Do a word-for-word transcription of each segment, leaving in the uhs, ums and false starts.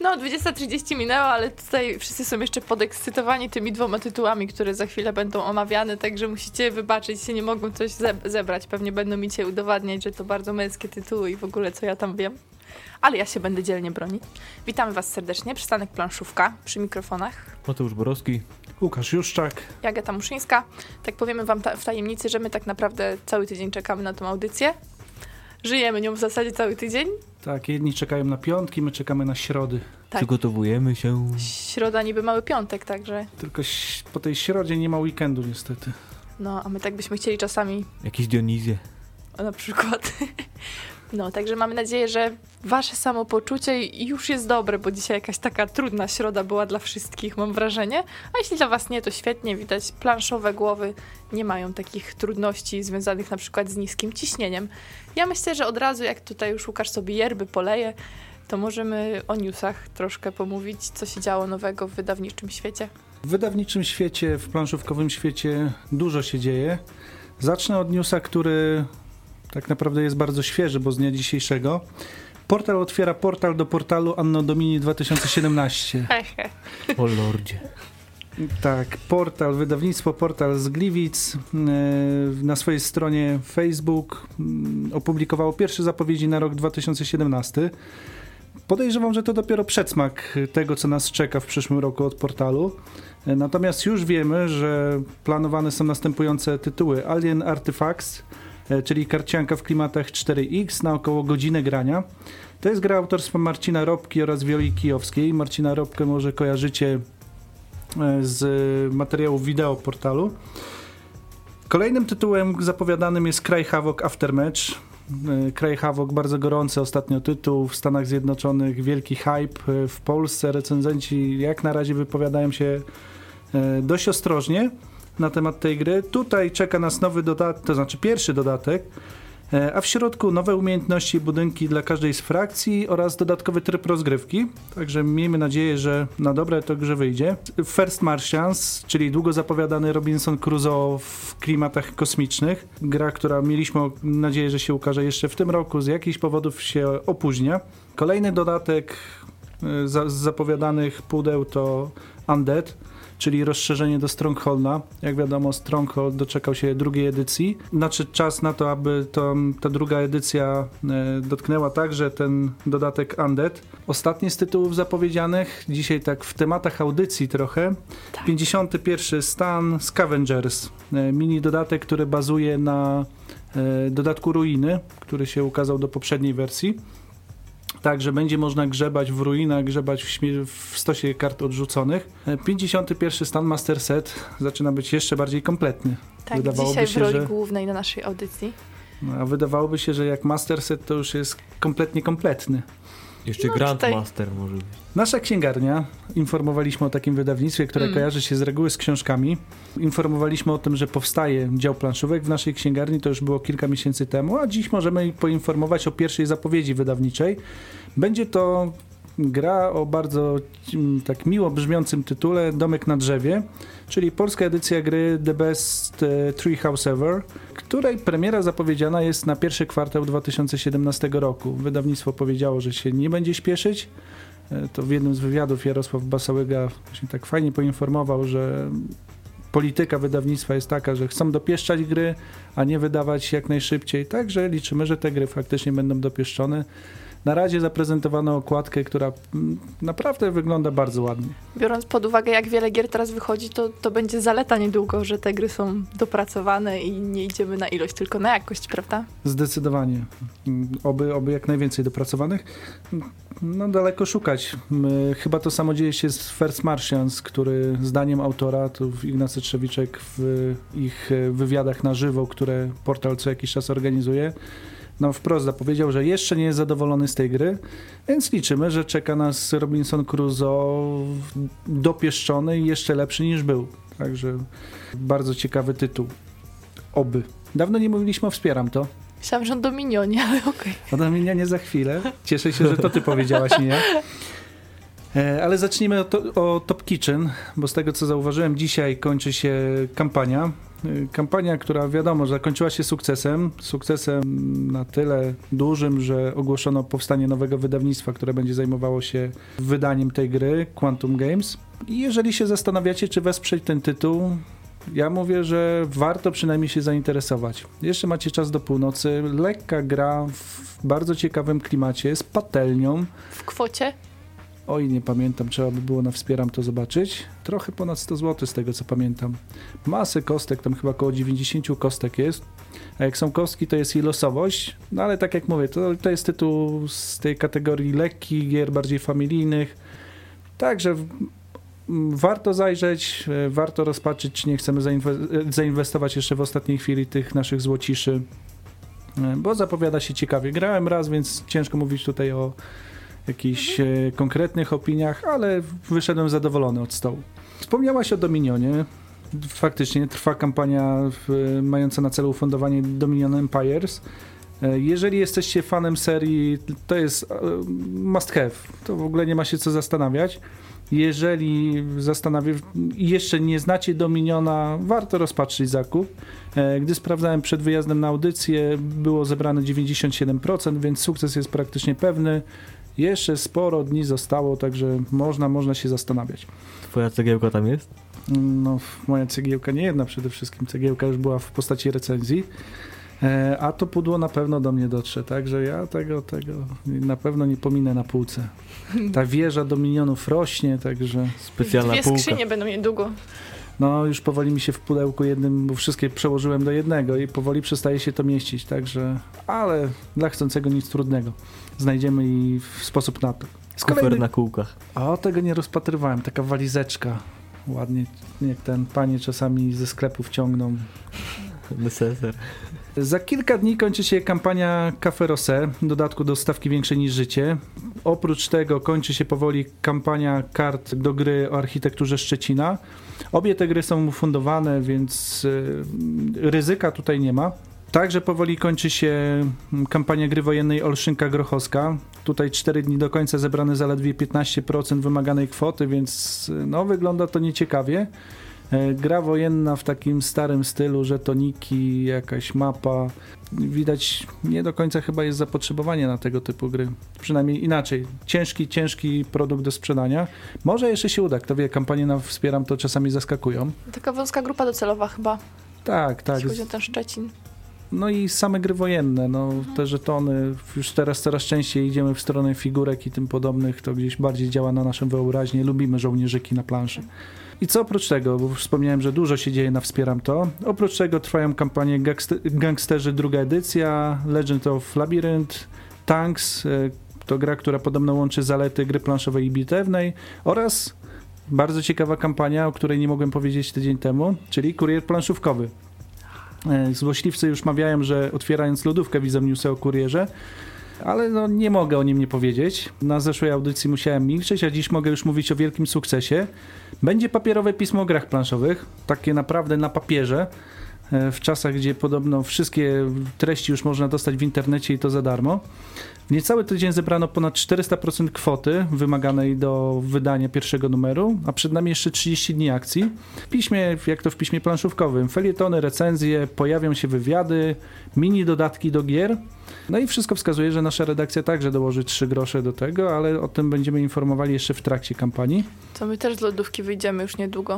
No, dwudziesta trzydzieści minęła, ale tutaj wszyscy są jeszcze podekscytowani tymi dwoma tytułami, które za chwilę będą omawiane, także musicie wybaczyć, się nie mogą coś zebrać. Pewnie będą mi cię udowadniać, że to bardzo męskie tytuły i w ogóle co ja tam wiem. Ale ja się będę dzielnie bronić. Witamy was serdecznie, przystanek Planszówka przy mikrofonach. Mateusz Borowski. Łukasz Juszczak. I Agata Muszyńska. Tak powiemy wam ta- w tajemnicy, że my tak naprawdę cały tydzień czekamy na tą audycję. Żyjemy nią w zasadzie cały tydzień. Tak, jedni czekają na piątki, my czekamy na środy. Tak. Przygotowujemy się. Środa niby mały piątek, także... Tylko po tej środzie nie ma weekendu niestety. No, a my tak byśmy chcieli czasami... Jakieś Dionizje. Na przykład. No, także mamy nadzieję, że wasze samopoczucie już jest dobre, bo dzisiaj jakaś taka trudna środa była dla wszystkich, mam wrażenie. A jeśli dla was nie, to świetnie. Widać, planszowe głowy nie mają takich trudności związanych na przykład z niskim ciśnieniem. Ja myślę, że od razu, jak tutaj już Łukasz sobie yerby poleje, to możemy o newsach troszkę pomówić, co się działo nowego w wydawniczym świecie. W wydawniczym świecie, w planszówkowym świecie dużo się dzieje. Zacznę od newsa, który tak naprawdę jest bardzo świeży, bo z dnia dzisiejszego. Portal otwiera portal do portalu Anno Domini dwa tysiące siedemnaście. O lordzie. Tak, portal, wydawnictwo Portal z Gliwic na swojej stronie Facebook opublikowało pierwsze zapowiedzi na rok dwa tysiące siedemnasty. Podejrzewam, że to dopiero przedsmak tego, co nas czeka w przyszłym roku od portalu. Natomiast już wiemy, że planowane są następujące tytuły. Alien Artifacts, czyli karcianka w klimatach cztery X na około godzinę grania. To jest gra autorstwa Marcina Robki oraz Wioli Kijowskiej. Marcina Robkę może kojarzycie z materiałów wideo portalu. Kolejnym tytułem zapowiadanym jest Cry Havoc Aftermatch. Cry Havoc, bardzo gorący ostatnio tytuł, w Stanach Zjednoczonych wielki hype, w Polsce recenzenci jak na razie wypowiadają się dość ostrożnie na temat tej gry. Tutaj czeka nas nowy dodatek, to znaczy pierwszy dodatek, a w środku nowe umiejętności i budynki dla każdej z frakcji oraz dodatkowy tryb rozgrywki. Także miejmy nadzieję, że na dobre to grze wyjdzie. First Martians, czyli długo zapowiadany Robinson Crusoe w klimatach kosmicznych. Gra, która mieliśmy nadzieję, że się ukaże jeszcze w tym roku, z jakichś powodów się opóźnia. Kolejny dodatek z zapowiadanych pudeł to Undead, czyli rozszerzenie do Strongholda. Jak wiadomo, Stronghold doczekał się drugiej edycji. Nadszedł czas na to, aby to, ta druga edycja e, dotknęła także ten dodatek Undead. Ostatni z tytułów zapowiedzianych, dzisiaj tak w tematach audycji trochę, tak. pięćdziesiąty pierwszy stan Scavengers. E, mini dodatek, który bazuje na e, dodatku Ruiny, który się ukazał do poprzedniej wersji. Także będzie można grzebać w ruinach, grzebać w, śmie- w stosie kart odrzuconych. pięćdziesiąty pierwszy stan Master Set zaczyna być jeszcze bardziej kompletny. Tak, wydawałoby dzisiaj się, w roli że... głównej na naszej audycji. No, a wydawałoby się, że jak Master Set to już jest kompletnie kompletny. Jeszcze no, Grandmaster tutaj... może być. Nasza księgarnia, informowaliśmy o takim wydawnictwie, które mm. kojarzy się z reguły z książkami. Informowaliśmy o tym, że powstaje dział planszówek w naszej księgarni, to już było kilka miesięcy temu, a dziś możemy poinformować o pierwszej zapowiedzi wydawniczej. Będzie to gra o bardzo tak miło brzmiącym tytule Domek na drzewie, czyli polska edycja gry The Best Tree House Ever, której premiera zapowiedziana jest na pierwszy kwartał dwa tysiące siedemnastego roku. Wydawnictwo powiedziało, że się nie będzie śpieszyć. To w jednym z wywiadów Jarosław Basałyga właśnie tak fajnie poinformował, że polityka wydawnictwa jest taka, że chcą dopieszczać gry, a nie wydawać jak najszybciej. Także liczymy, że te gry faktycznie będą dopieszczone. Na razie zaprezentowano okładkę, która naprawdę wygląda bardzo ładnie. Biorąc pod uwagę, jak wiele gier teraz wychodzi, to, to będzie zaleta niedługo, że te gry są dopracowane i nie idziemy na ilość, tylko na jakość, prawda? Zdecydowanie. Oby, oby jak najwięcej dopracowanych. No daleko szukać. Chyba to samo dzieje się z First Martians, który zdaniem autora, to Ignacy Trzewiczek w ich wywiadach na żywo, które portal co jakiś czas organizuje, no wprost zapowiedział, że jeszcze nie jest zadowolony z tej gry, więc liczymy, że czeka nas Robinson Crusoe dopieszczony i jeszcze lepszy niż był. Także bardzo ciekawy tytuł. Oby. Dawno nie mówiliśmy o Wspieram to. Myślałam, że o Dominionie, ale okej. Okay. O Dominionie za chwilę. Cieszę się, że to ty powiedziałaś, nie ja. Ale zacznijmy o, to, o Top Kitchen, bo z tego co zauważyłem, dzisiaj kończy się kampania. Kampania, która wiadomo, że zakończyła się sukcesem. Sukcesem na tyle dużym, że ogłoszono powstanie nowego wydawnictwa, które będzie zajmowało się wydaniem tej gry, Quantum Games. I jeżeli się zastanawiacie, czy wesprzeć ten tytuł, ja mówię, że warto przynajmniej się zainteresować. Jeszcze macie czas do północy. Lekka gra w bardzo ciekawym klimacie, z patelnią. W kwocie? Oj, nie pamiętam, trzeba by było na Wspieram to zobaczyć. Trochę ponad sto złotych z tego, co pamiętam. Masę kostek, tam chyba około dziewięćdziesiąt kostek jest. A jak są kostki, to jest i losowość. No ale tak jak mówię, to, to jest tytuł z tej kategorii lekkich gier, bardziej familijnych. Także warto zajrzeć, warto rozpatrzyć, czy nie chcemy zainwe- zainwestować jeszcze w ostatniej chwili tych naszych złociszy, bo zapowiada się ciekawie. Grałem raz, więc ciężko mówić tutaj o jakichś mhm. konkretnych opiniach, ale wyszedłem zadowolony od stołu. Wspomniałaś o Dominionie. Faktycznie trwa kampania w, mająca na celu ufundowanie Dominion Empires. Jeżeli jesteście fanem serii, to jest must have. To w ogóle nie ma się co zastanawiać. Jeżeli zastanawia, jeszcze nie znacie Dominiona, warto rozpatrzyć zakup. Gdy sprawdzałem przed wyjazdem na audycję, było zebrane dziewięćdziesiąt siedem procent, więc sukces jest praktycznie pewny. Jeszcze sporo dni zostało, także można, można się zastanawiać. Twoja cegiełka tam jest? No, moja cegiełka nie jedna przede wszystkim. Cegiełka już była w postaci recenzji, a to pudło na pewno do mnie dotrze, także ja tego, tego na pewno nie pominę na półce. Ta wieża Dominionów rośnie, także... Specjalna Dwie półka. skrzynie będą niedługo. No, już powoli mi się w pudełku jednym, bo wszystkie przełożyłem do jednego i powoli przestaje się to mieścić, także... Ale dla chcącego nic trudnego. Znajdziemy i w sposób na to. Z Kufer kolejny... na kółkach. O, tego nie rozpatrywałem. Taka walizeczka. Ładnie, jak ten panie czasami ze sklepów ciągną. Neseser. Za kilka dni kończy się kampania Café Rosé, w dodatku do stawki większej niż życie. Oprócz tego kończy się powoli kampania kart do gry o architekturze Szczecina. Obie te gry są fundowane, więc y, ryzyka tutaj nie ma. Także powoli kończy się kampania gry wojennej Olszynka Grochowska. Tutaj cztery dni do końca zebrane zaledwie piętnaście procent wymaganej kwoty, więc no, wygląda to nieciekawie. Gra wojenna w takim starym stylu, żetoniki, jakaś mapa. Widać, nie do końca chyba jest zapotrzebowanie na tego typu gry. Przynajmniej inaczej. Ciężki, ciężki produkt do sprzedania. Może jeszcze się uda. Kto wie, kampanie na Wspieram to czasami zaskakują. Taka wąska grupa docelowa chyba. Tak, tak. Jeśli chodzi o ten Szczecin. No i same gry wojenne, no mhm. te żetony, już teraz coraz częściej idziemy w stronę figurek i tym podobnych, to gdzieś bardziej działa na naszą wyobraźnię, lubimy żołnierzyki na planszy. I co oprócz tego, bo wspomniałem, że dużo się dzieje na Wspieram to, oprócz tego trwają kampanie Gangster- Gangsterzy druga edycja, Legend of Labyrinth, Tanks, to gra, która podobno łączy zalety gry planszowej i bitewnej oraz bardzo ciekawa kampania, o której nie mogłem powiedzieć tydzień temu, czyli Kurier planszówkowy. Złośliwcy już mawiają, że otwierając lodówkę widzą newsy o kurierze, ale no nie mogę o nim nie powiedzieć. Na zeszłej audycji musiałem milczeć, a dziś mogę już mówić o wielkim sukcesie. Będzie papierowe pismo o grach planszowych, takie naprawdę na papierze, w czasach, gdzie podobno wszystkie treści już można dostać w internecie i to za darmo. W niecały tydzień zebrano ponad czterysta procent kwoty wymaganej do wydania pierwszego numeru, a przed nami jeszcze trzydzieści dni akcji. W piśmie, jak to w piśmie planszówkowym, felietony, recenzje, pojawią się wywiady, mini dodatki do gier. No i wszystko wskazuje, że nasza redakcja także dołoży trzy grosze do tego, ale o tym będziemy informowali jeszcze w trakcie kampanii. To my też z lodówki wyjdziemy już niedługo.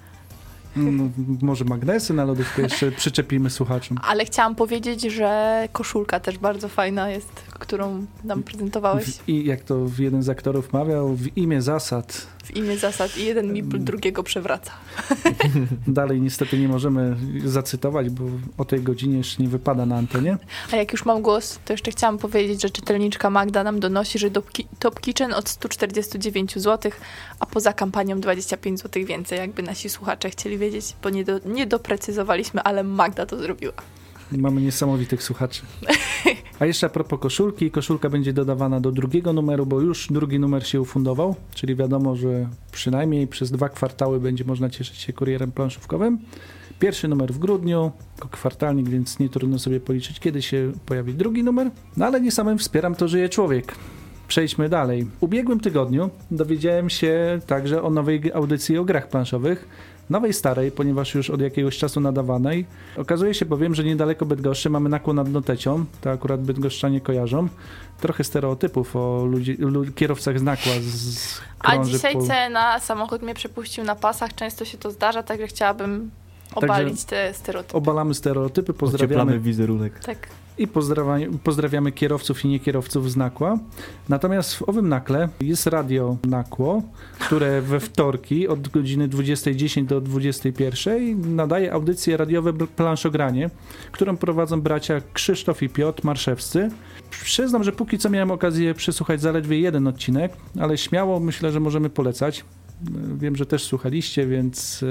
No, może magnesy na lodówkę jeszcze przyczepimy słuchaczom. Ale chciałam powiedzieć, że koszulka też bardzo fajna jest, którą nam prezentowałeś. W, I jak to jeden z aktorów mawiał, w imię zasad. W imię zasad i jeden mi drugiego przewraca. Dalej niestety nie możemy zacytować, bo o tej godzinie jeszcze nie wypada na antenie. A jak już mam głos, to jeszcze chciałam powiedzieć, że czytelniczka Magda nam donosi, że Top Kitchen od sto czterdzieści dziewięć złotych, a poza kampanią dwadzieścia pięć złotych więcej, jakby nasi słuchacze chcieli wiedzieć, bo nie, do, nie doprecyzowaliśmy, ale Magda to zrobiła. Mamy niesamowitych słuchaczy. A jeszcze a propos koszulki, koszulka będzie dodawana do drugiego numeru, bo już drugi numer się ufundował, czyli wiadomo, że przynajmniej przez dwa kwartały będzie można cieszyć się kurierem planszówkowym. Pierwszy numer w grudniu, kwartalnik, więc nie trudno sobie policzyć, kiedy się pojawi drugi numer. No ale nie samym Wspieram to żyje człowiek. Przejdźmy dalej. W ubiegłym tygodniu dowiedziałem się także o nowej audycji o grach planszowych. Nowej Starej, ponieważ już od jakiegoś czasu nadawanej. Okazuje się bowiem, że niedaleko Bydgoszczy mamy nakło nad Notecią, to akurat bydgoszczanie kojarzą. Trochę stereotypów o ludzi, lu, kierowcach z nakła z A dzisiaj po... cena, samochód mnie przepuścił na pasach, często się to zdarza, także chciałabym obalić Także te stereotypy. Obalamy stereotypy, pozdrawiamy. Ocieplamy wizerunek. Tak. I pozdrawiamy, pozdrawiamy kierowców i niekierowców z Nakła. Natomiast w owym Nakle jest radio Nakło, które we wtorki od godziny dwudziestej dziesięć do dwudziestej pierwszej nadaje audycję radiowe Planszogranie, którą prowadzą bracia Krzysztof i Piotr Marszewscy. Przyznam, że póki co miałem okazję przesłuchać zaledwie jeden odcinek, ale śmiało myślę, że możemy polecać. Wiem, że też słuchaliście, więc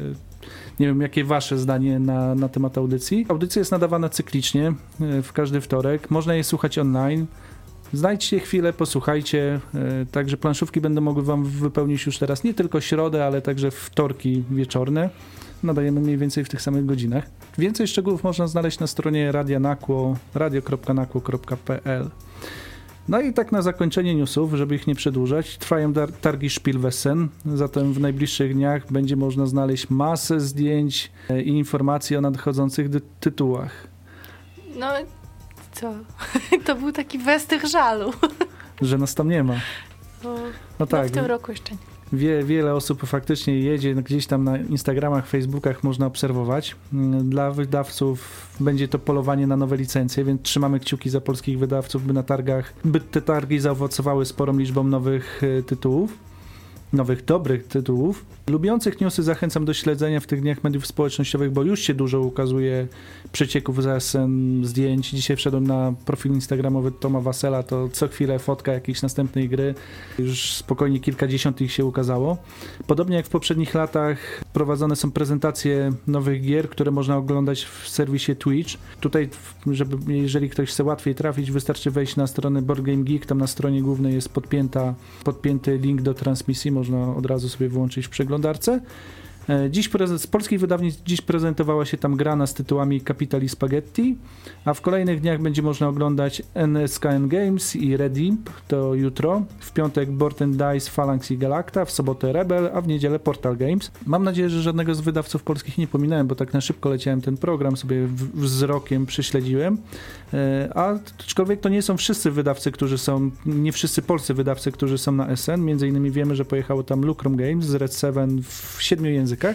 nie wiem, jakie wasze zdanie na, na temat audycji. Audycja jest nadawana cyklicznie w każdy wtorek. Można jej słuchać online. Znajdźcie chwilę, posłuchajcie. Także planszówki będą mogły wam wypełnić już teraz nie tylko środę, ale także wtorki wieczorne. Nadajemy mniej więcej w tych samych godzinach. Więcej szczegółów można znaleźć na stronie Radia Nakło, radio kropka nakło kropka pe el. No i tak na zakończenie newsów, żeby ich nie przedłużać, trwają targi Spielwessen, zatem w najbliższych dniach będzie można znaleźć masę zdjęć i informacji o nadchodzących dy- tytułach. No co? To był taki westych żalu. Że nas tam nie ma. No, no tak. No w tym roku jeszcze nie. Wie, wiele osób faktycznie jedzie, gdzieś tam na Instagramach, Facebookach można obserwować. Dla wydawców będzie to polowanie na nowe licencje, więc trzymamy kciuki za polskich wydawców, by na targach, by te targi zaowocowały sporą liczbą nowych tytułów, nowych, dobrych tytułów. Lubiących newsy zachęcam do śledzenia w tych dniach mediów społecznościowych, bo już się dużo ukazuje przecieków z es en, zdjęć. Dzisiaj wszedłem na profil instagramowy Toma Wasela, to co chwilę fotka jakiejś następnej gry. Już spokojnie kilkadziesiąt ich się ukazało. Podobnie jak w poprzednich latach prowadzone są prezentacje nowych gier, które można oglądać w serwisie Twitch. Tutaj, żeby, jeżeli ktoś chce łatwiej trafić, wystarczy wejść na stronę Board Game Geek. Tam na stronie głównej jest podpięta, podpięty link do transmisji. Można od razu sobie włączyć w przeglądarce. Dziś z polskich wydawnictw dziś prezentowała się tam gra z tytułami Capital i Spaghetti, a w kolejnych dniach będzie można oglądać N S K N Games i Red Imp, to jutro, w piątek Board and Dice, Phalanx i Galacta, w sobotę Rebel, a w niedzielę Portal Games. Mam nadzieję, że żadnego z wydawców polskich nie pominąłem, bo tak na szybko leciałem ten program, sobie wzrokiem prześledziłem, a aczkolwiek to nie są wszyscy wydawcy, którzy są, nie wszyscy polscy wydawcy, którzy są na es en, między innymi wiemy, że pojechało tam Lucrum Games z Red Seven w siedmiu językach.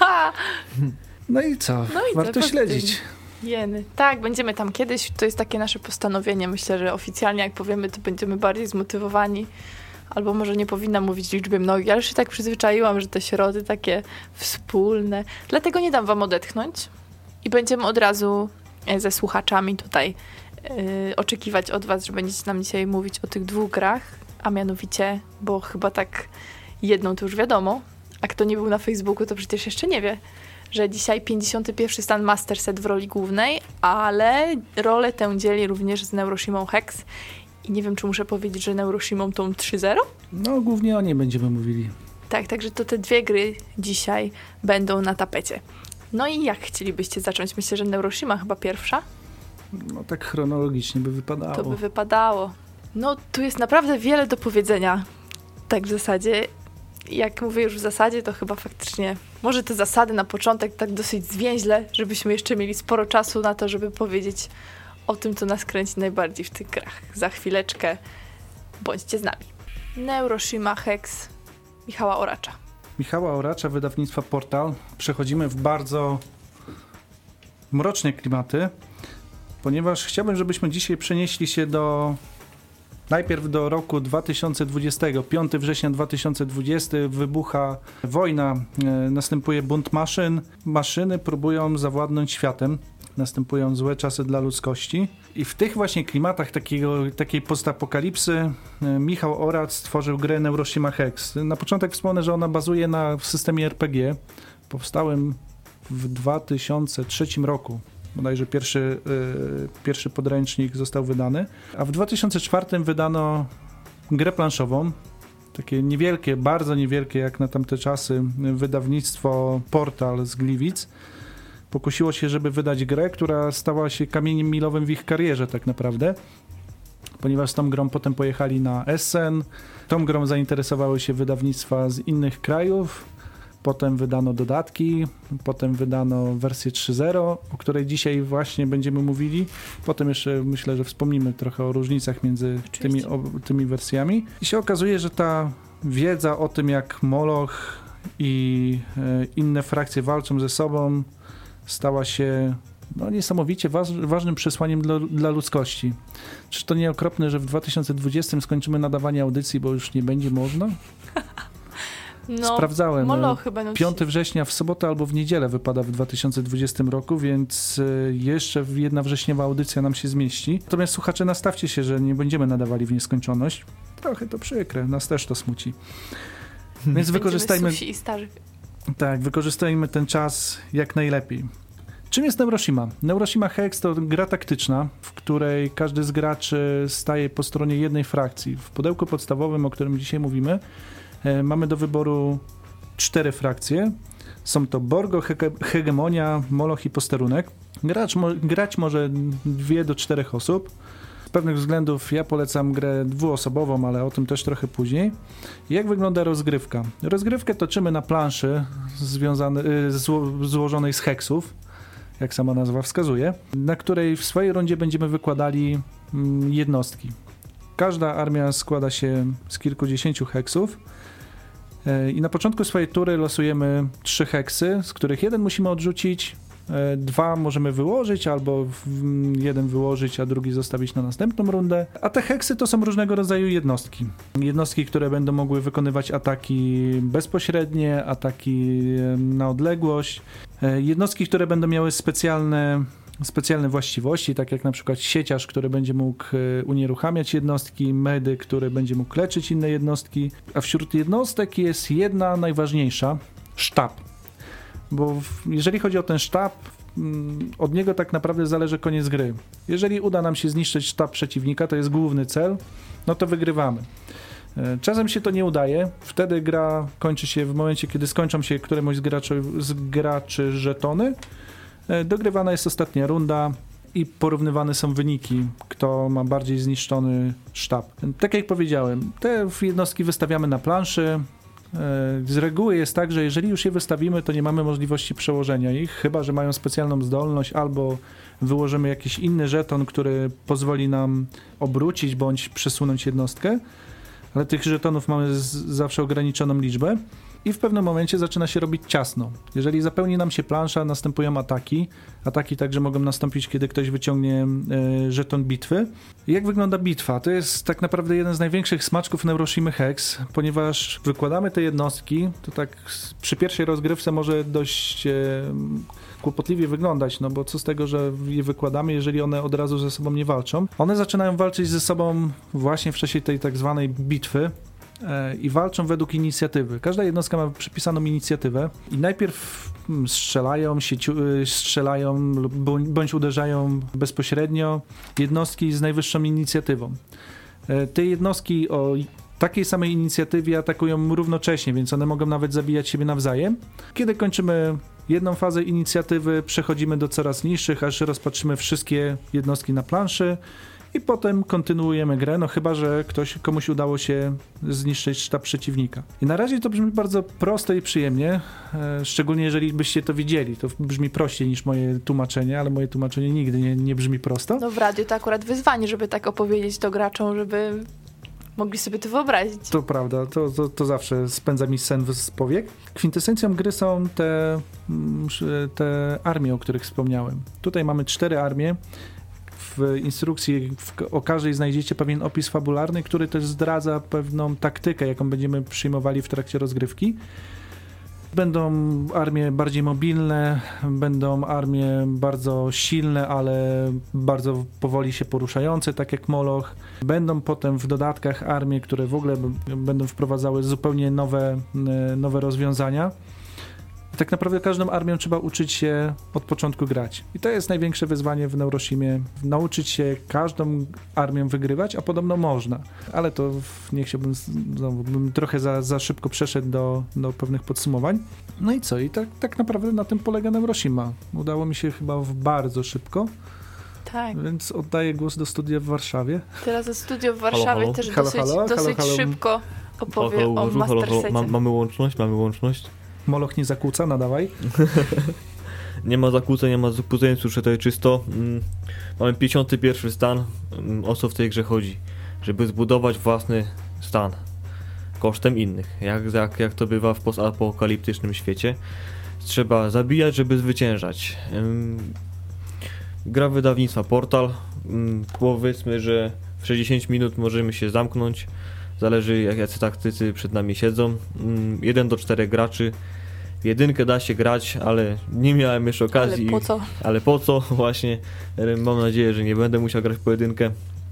No i co? No i warto co, śledzić. Jeny. Tak, będziemy tam kiedyś. To jest takie nasze postanowienie. Myślę, że oficjalnie jak powiemy, to będziemy bardziej zmotywowani. Albo może nie powinna mówić liczby mnogiej. Ja już się tak przyzwyczaiłam, że te środy takie wspólne. Dlatego nie dam wam odetchnąć. I będziemy od razu ze słuchaczami tutaj yy, oczekiwać od was, że będziecie nam dzisiaj mówić o tych dwóch grach. A mianowicie, bo chyba tak jedną to już wiadomo, a kto nie był na Facebooku, to przecież jeszcze nie wie, że dzisiaj pięćdziesiąty pierwszy stan Master Set w roli głównej, ale rolę tę dzieli również z Neuroshimą Hex. I nie wiem, czy muszę powiedzieć, że Neuroshimą tą trzy zero? No, głównie o niej będziemy mówili. Tak, także to te dwie gry dzisiaj będą na tapecie. No i jak chcielibyście zacząć? Myślę, że Neuroshima chyba pierwsza. No tak chronologicznie by wypadało. To by wypadało. No, tu jest naprawdę wiele do powiedzenia. Tak w zasadzie. Jak mówię już w zasadzie, to chyba faktycznie może te zasady na początek tak dosyć zwięźle, żebyśmy jeszcze mieli sporo czasu na to, żeby powiedzieć o tym, co nas kręci najbardziej w tych grach. Za chwileczkę bądźcie z nami. Neuroshima Hex Michała Oracza. Michała Oracza, wydawnictwa Portal. Przechodzimy w bardzo mroczne klimaty, ponieważ chciałbym, żebyśmy dzisiaj przenieśli się do najpierw do roku dwa tysiące dwudziestego. piątego września dwa tysiące dwudziestego wybucha wojna, e, następuje bunt maszyn. Maszyny próbują zawładnąć światem. Następują złe czasy dla ludzkości. I w tych właśnie klimatach takiego, takiej postapokalipsy e, Michał Oracz stworzył grę Neuroshima Hex. Na początek wspomnę, że ona bazuje na systemie er pe gie powstałym w dwa tysiące trzecim roku. Bodajże pierwszy, yy, pierwszy podręcznik został wydany, a w dwa tysiące czwartym wydano grę planszową, takie niewielkie, bardzo niewielkie jak na tamte czasy wydawnictwo Portal z Gliwic. Pokusiło się, żeby wydać grę, która stała się kamieniem milowym w ich karierze tak naprawdę, ponieważ z tą grą potem pojechali na Essen, tą grą zainteresowały się wydawnictwa z innych krajów. potem wydano dodatki, potem wydano wersję trzy zero, o której dzisiaj właśnie będziemy mówili. Potem jeszcze myślę, że wspomnimy trochę o różnicach między tymi, o, tymi wersjami. I się okazuje, że ta wiedza o tym, jak Moloch i e, inne frakcje walczą ze sobą, stała się no, niesamowicie waż, ważnym przesłaniem dla, dla ludzkości. Czy to nie okropne, że w dwa tysiące dwudziestym skończymy nadawanie audycji, bo już nie będzie można? No, Sprawdzałem. Molochy będą piątego września w sobotę albo w niedzielę wypada w dwa tysiące dwudziestym roku, więc jeszcze jedna wrześniowa audycja nam się zmieści. Natomiast słuchacze, nastawcie się, że nie będziemy nadawali w nieskończoność. Trochę to przykre, nas też to smuci. Więc Będziemy wykorzystajmy... susi i starzy. Tak, wykorzystajmy ten czas jak najlepiej. Czym jest Neuroshima? Neuroshima Hex to gra taktyczna, w której każdy z graczy staje po stronie jednej frakcji. W pudełku podstawowym, o którym dzisiaj mówimy, e, mamy do wyboru cztery frakcje. Są to Borgo, hege- Hegemonia, Moloch i Posterunek. Gracz mo- grać może dwie do czterech osób. Z pewnych względów ja polecam grę dwuosobową, ale o tym też trochę później. Jak wygląda rozgrywka? Rozgrywkę toczymy na planszy związane, y, zło- złożonej z heksów, jak sama nazwa wskazuje, na której w swojej rundzie będziemy wykładali mm, jednostki. Każda armia składa się z kilkudziesięciu heksów y, i na początku swojej tury losujemy trzy heksy, z których jeden musimy odrzucić, dwa możemy wyłożyć, albo jeden wyłożyć, a drugi zostawić na następną rundę. A te heksy to są różnego rodzaju jednostki. Jednostki, które będą mogły wykonywać ataki bezpośrednie, ataki na odległość. Jednostki, które będą miały specjalne, specjalne właściwości, tak jak na przykład sieciarz, który będzie mógł unieruchamiać jednostki, medyk, który będzie mógł leczyć inne jednostki. A wśród jednostek jest jedna najważniejsza, sztab. Bo jeżeli chodzi o ten sztab, od niego tak naprawdę zależy koniec gry. Jeżeli uda nam się zniszczyć sztab przeciwnika, to jest główny cel, no to wygrywamy. Czasem się to nie udaje, wtedy gra kończy się w momencie, kiedy skończą się któremuś z graczy, z graczy żetony. Dogrywana jest ostatnia runda i porównywane są wyniki, kto ma bardziej zniszczony sztab. Tak jak powiedziałem, te jednostki wystawiamy na planszy. Z reguły jest tak, że jeżeli już je wystawimy, to nie mamy możliwości przełożenia ich, chyba że mają specjalną zdolność, albo wyłożymy jakiś inny żeton, który pozwoli nam obrócić bądź przesunąć jednostkę, ale tych żetonów mamy z, zawsze ograniczoną liczbę i w pewnym momencie zaczyna się robić ciasno. Jeżeli zapełni nam się plansza, następują ataki. Ataki także mogą nastąpić, kiedy ktoś wyciągnie e, żeton bitwy. Jak wygląda bitwa? To jest tak naprawdę jeden z największych smaczków Neuroshimy Hex, ponieważ wykładamy te jednostki, to tak przy pierwszej rozgrywce może dość e, kłopotliwie wyglądać, no bo co z tego, że je wykładamy, jeżeli one od razu ze sobą nie walczą. One zaczynają walczyć ze sobą właśnie w czasie tej tak zwanej bitwy, i walczą według inicjatywy. Każda jednostka ma przypisaną inicjatywę i najpierw strzelają, sieciu, strzelają bądź uderzają bezpośrednio jednostki z najwyższą inicjatywą. Te jednostki o takiej samej inicjatywie atakują równocześnie, więc one mogą nawet zabijać siebie nawzajem. Kiedy kończymy jedną fazę inicjatywy, przechodzimy do coraz niższych, aż rozpatrzymy wszystkie jednostki na planszy i potem kontynuujemy grę, no chyba że ktoś, komuś udało się zniszczyć sztab przeciwnika. I na razie to brzmi bardzo prosto i przyjemnie, e, szczególnie jeżeli byście to widzieli. To brzmi prościej niż moje tłumaczenie, ale moje tłumaczenie nigdy nie, nie brzmi prosto. No w radiu to akurat wyzwanie, żeby tak opowiedzieć to graczom, żeby mogli sobie to wyobrazić. To prawda, to, to, to zawsze spędza mi sen z powiek. Kwintesencją gry są te, te armie, o których wspomniałem. Tutaj mamy cztery armie. W instrukcji w, o każdej znajdziecie pewien opis fabularny, który też zdradza pewną taktykę, jaką będziemy przyjmowali w trakcie rozgrywki. Będą armie bardziej mobilne, będą armie bardzo silne, ale bardzo powoli się poruszające, tak jak Moloch. Będą potem w dodatkach armie, które w ogóle b- będą wprowadzały zupełnie nowe, nowe rozwiązania. Tak naprawdę każdą armią trzeba uczyć się od początku grać. I to jest największe wyzwanie w Neuroshimie. Nauczyć się każdą armią wygrywać, a podobno można. Ale to nie chciałbym, znowu, bym trochę za, za szybko przeszedł do, do pewnych podsumowań. No i co? I tak, tak naprawdę na tym polega Neuroshima. Udało mi się chyba bardzo szybko. Tak. Więc oddaję głos do studia w Warszawie. Teraz ze studio w Warszawie halo, halo. też Halo, dosyć, halo, dosyć halo, halo. szybko opowie Halo, o halo, halo, halo. Mastersecie. Ma, mamy łączność, mamy łączność. Moloch nie zakłóca, nadawaj. Nie ma zakłóceń, nie ma zakłóceń, słyszę tutaj czysto. Mm, mamy pięćdziesiąty pierwszy stan, mm, o co w tej grze chodzi? Żeby zbudować własny stan kosztem innych, jak, jak, jak to bywa w postapokaliptycznym świecie. Trzeba zabijać, żeby zwyciężać. Ym, gra wydawnictwa Portal. Ym, powiedzmy, że w sześćdziesiąt minut możemy się zamknąć. Zależy, jak jacy taktycy przed nami siedzą. Ym, jeden do czterech graczy. W jedynkę da się grać, ale nie miałem jeszcze okazji. Ale po co? Ale po co? Właśnie. Mam nadzieję, że nie będę musiał grać w pojedynkę.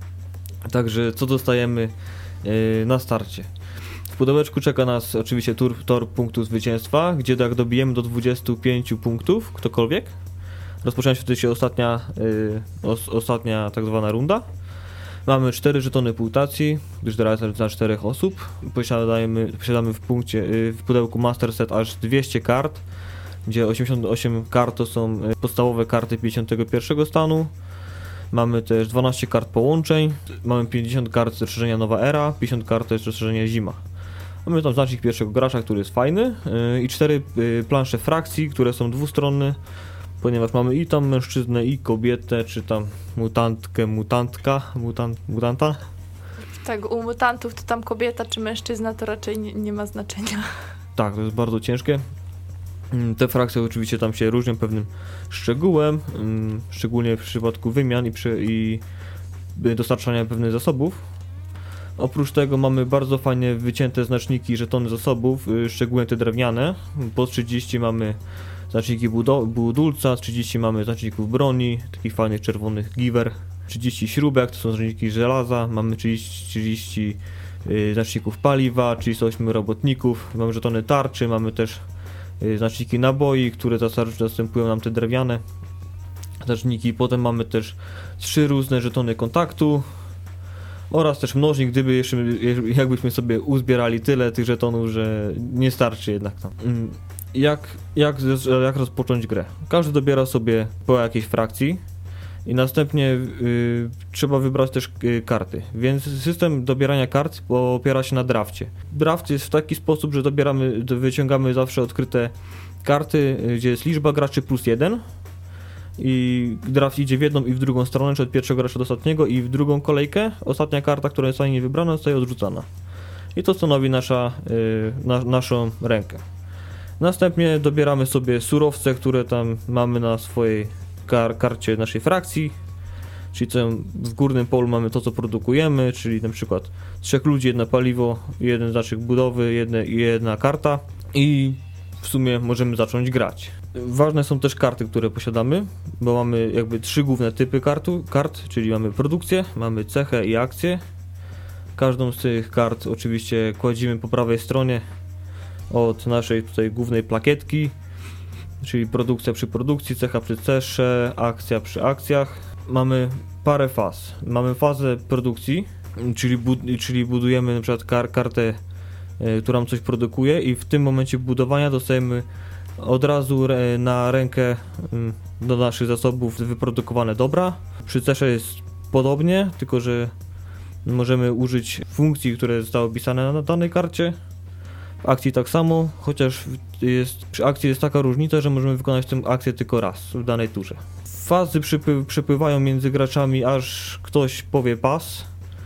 Także co dostajemy yy, na starcie? W pudełeczku czeka nas oczywiście tur, tor punktu zwycięstwa, gdzie jak dobijemy do dwudziestu pięciu punktów, ktokolwiek, rozpoczyna się wtedy się ostatnia, yy, os, ostatnia tak zwana runda. Mamy cztery żetony punktacji, gdyż teraz jest na czterech osób. Posiadamy, posiadamy w punkcie, yy, w pudełku Master Set aż dwieście kart, gdzie osiemdziesiąt osiem kart to są podstawowe karty pięćdziesiątego pierwszego stanu. Mamy też dwanaście kart połączeń, mamy pięćdziesiąt kart rozszerzenia Nowa Era, pięćdziesiąt kart też rozszerzenia Zima. Mamy tam znacznik pierwszego gracza, który jest fajny yy, i cztery yy, plansze frakcji, które są dwustronne, ponieważ mamy i tam mężczyznę, i kobietę, czy tam mutantkę, mutantka, mutant, mutanta. Tak, u mutantów to tam kobieta czy mężczyzna to raczej nie, nie ma znaczenia. Tak, to jest bardzo ciężkie. Te frakcje oczywiście tam się różnią pewnym szczegółem, szczególnie w przypadku wymian i, przy, i dostarczania pewnych zasobów. Oprócz tego mamy bardzo fajnie wycięte znaczniki żetony zasobów, szczególnie te drewniane. Po trzydzieści mamy znaczniki budulca, trzydzieści mamy znaczników broni, takich fajnych czerwonych giver, trzydzieści śrubek, to są znaczniki żelaza, mamy trzydzieści, trzydzieści znaczników paliwa, trzydzieści osiem robotników, mamy żetony tarczy, mamy też znaczniki naboi, które zastępują nam te drewniane znaczniki. Potem mamy też trzy różne żetony kontaktu oraz też mnożnik, gdyby jeszcze jakbyśmy sobie uzbierali tyle tych żetonów, że nie starczy jednak tam. Jak, jak, jak rozpocząć grę? Każdy dobiera sobie po jakiejś frakcji i następnie y, trzeba wybrać też y, karty, więc system dobierania kart opiera się na drafcie. Draft jest w taki sposób, że dobieramy, wyciągamy zawsze odkryte karty, y, gdzie jest liczba graczy plus jeden i draft idzie w jedną i w drugą stronę, czy od pierwszego gracza do ostatniego i w drugą kolejkę. Ostatnia karta, która jest nie wybrana, zostaje odrzucana. I to stanowi nasza, y, na, naszą rękę. Następnie dobieramy sobie surowce, które tam mamy na swojej kar karcie naszej frakcji, czyli co w górnym polu mamy to, co produkujemy, czyli na przykład trzech ludzi, jedno paliwo, jeden znaczek budowy, jedne, jedna karta i w sumie możemy zacząć grać. Ważne są też karty, które posiadamy, bo mamy jakby trzy główne typy kartu, kart, czyli mamy produkcję, mamy cechę i akcję. Każdą z tych kart oczywiście kładziemy po prawej stronie od naszej tutaj głównej plakietki, czyli produkcja przy produkcji, cecha przy cesze, akcja przy akcjach. Mamy parę faz. Mamy fazę produkcji, czyli, bud czyli budujemy na przykład kar kartę, y, która nam coś produkuje i w tym momencie budowania dostajemy od razu na rękę y, do naszych zasobów wyprodukowane dobra. Przy cesze jest podobnie, tylko że możemy użyć funkcji, które zostały opisane na danej karcie. W akcji tak samo, chociaż jest, przy akcji jest taka różnica, że możemy wykonać tę akcję tylko raz w danej turze. Fazy przypły, przepływają między graczami, aż ktoś powie pas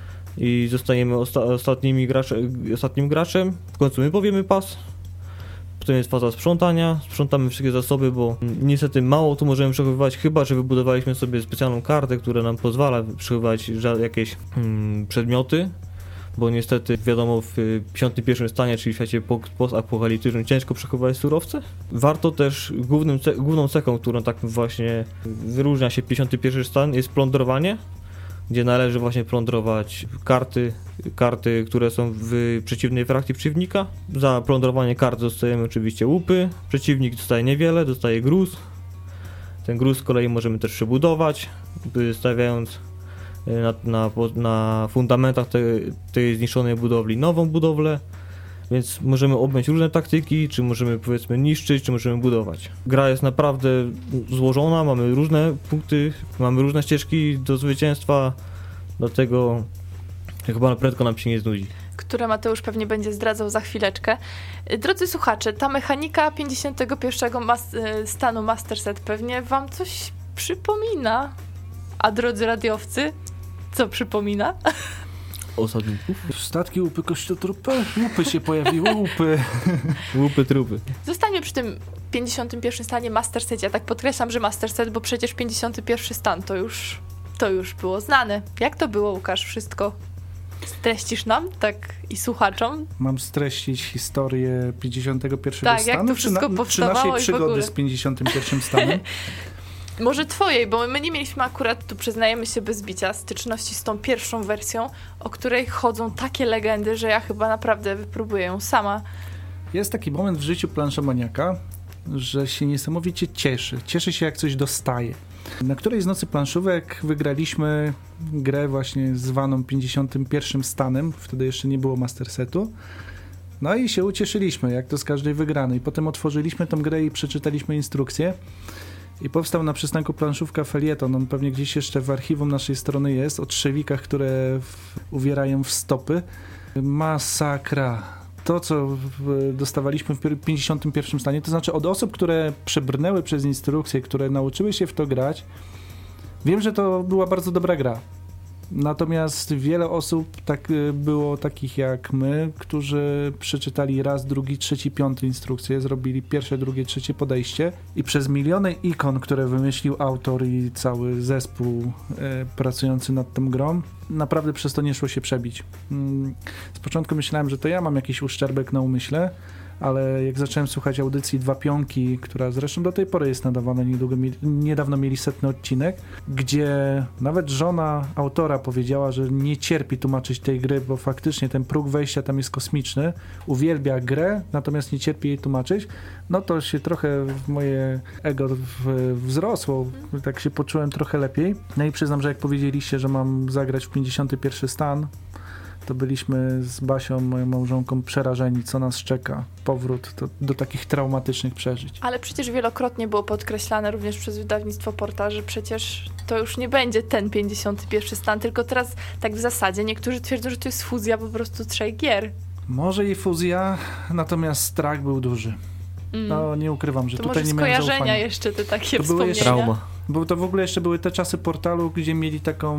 i zostajemy osta ostatnimi gracze, ostatnim graczem. W końcu my powiemy pas. Potem jest faza sprzątania, sprzątamy wszystkie zasoby, bo niestety mało tu możemy przechowywać, chyba że wybudowaliśmy sobie specjalną kartę, która nam pozwala przechowywać jakieś hmm, przedmioty. Bo niestety wiadomo w pięćdziesiątym pierwszym stanie, czyli w świecie postapokaliptycznym ciężko przechowywać surowce. Warto też, głównym ce główną cechą, którą tak właśnie wyróżnia się pięćdziesiąty pierwszy stan, jest plądrowanie, gdzie należy właśnie plądrować karty, karty, które są w przeciwnej frakcji przeciwnika. Za plądrowanie kart dostajemy oczywiście łupy, przeciwnik dostaje niewiele, dostaje gruz. Ten gruz z kolei możemy też przebudować, stawiając Na, na, na fundamentach tej, tej zniszczonej budowli nową budowlę, więc możemy objąć różne taktyki, czy możemy powiedzmy niszczyć, czy możemy budować. Gra jest naprawdę złożona, mamy różne punkty, mamy różne ścieżki do zwycięstwa, dlatego chyba prędko nam się nie znudzi. które Mateusz pewnie będzie zdradzał za chwileczkę. Drodzy słuchacze, ta mechanika pięćdziesiątego pierwszego mas- stanu Master Set pewnie wam coś przypomina. A drodzy radiowcy, co przypomina? Osadników? Statki, łupy, kościotrupy, łupy się pojawiły, łupy. Łupy, trupy. Zostańmy przy tym pięćdziesiątym pierwszym stanie Master Set. Ja tak podkreślam, że Master Set, bo przecież pięćdziesiąty pierwszy stan to już, to już było znane. Jak to było, Łukasz? Wszystko streścisz nam, tak, i słuchaczom? Mam streścić historię pięćdziesiątego pierwszego tak, stanu? Jak to wszystko czy, na, powstawało czy naszej i w przygody ogóle? z pięćdziesiątym pierwszym stanem? Może twojej, bo my nie mieliśmy akurat, tu przyznajemy się bez bicia, styczności z tą pierwszą wersją, o której chodzą takie legendy, że ja chyba naprawdę wypróbuję ją sama. Jest taki moment w życiu planszomaniaka, że się niesamowicie cieszy. Cieszy się, jak coś dostaje. Na którejś z nocy planszówek wygraliśmy grę właśnie zwaną pięćdziesiątym pierwszym stanem. Wtedy jeszcze nie było Master Setu. No i się ucieszyliśmy, jak to z każdej wygranej. Potem otworzyliśmy tą grę i przeczytaliśmy instrukcję. I powstał na przystanku planszówka felieton. On pewnie gdzieś jeszcze w archiwum naszej strony jest, o trzewikach, które w, uwierają w stopy. Masakra. To, co w, dostawaliśmy w pięćdziesiątym pierwszym stanie, to znaczy od osób, które przebrnęły przez instrukcje, które nauczyły się w to grać, wiem, że to była bardzo dobra gra. Natomiast wiele osób tak było takich jak my, którzy przeczytali raz, drugi, trzeci, piąty instrukcje, zrobili pierwsze, drugie, trzecie podejście i przez miliony ikon, które wymyślił autor i cały zespół e, pracujący nad tą grą, naprawdę przez to nie szło się przebić. Mm, z początku myślałem, że to ja mam jakiś uszczerbek na umyśle, ale jak zacząłem słuchać audycji Dwa Pionki, która zresztą do tej pory jest nadawana, niedługo mieli, niedawno mieli setny odcinek, gdzie nawet żona autora powiedziała, że nie cierpi tłumaczyć tej gry, bo faktycznie ten próg wejścia tam jest kosmiczny, uwielbia grę, natomiast nie cierpi jej tłumaczyć, no to się trochę moje ego w, wzrosło, tak się poczułem trochę lepiej. No i przyznam, że jak powiedzieliście, że mam zagrać w pięćdziesiąty pierwszy stan, to byliśmy z Basią, moją małżonką, przerażeni, co nas czeka. Powrót do, do takich traumatycznych przeżyć. Ale przecież wielokrotnie było podkreślane również przez wydawnictwo Porta, że przecież to już nie będzie ten pięćdziesiąty pierwszy stan, tylko teraz tak w zasadzie niektórzy twierdzą, że to jest fuzja po prostu trzech gier. Może i fuzja, natomiast strach był duży. Mm. No nie ukrywam, że to tutaj może nie miałem skojarzenia zaufania. jeszcze te takie To były wspomnienia. jeszcze Trauma. Bo to w ogóle jeszcze były te czasy portalu, gdzie mieli taką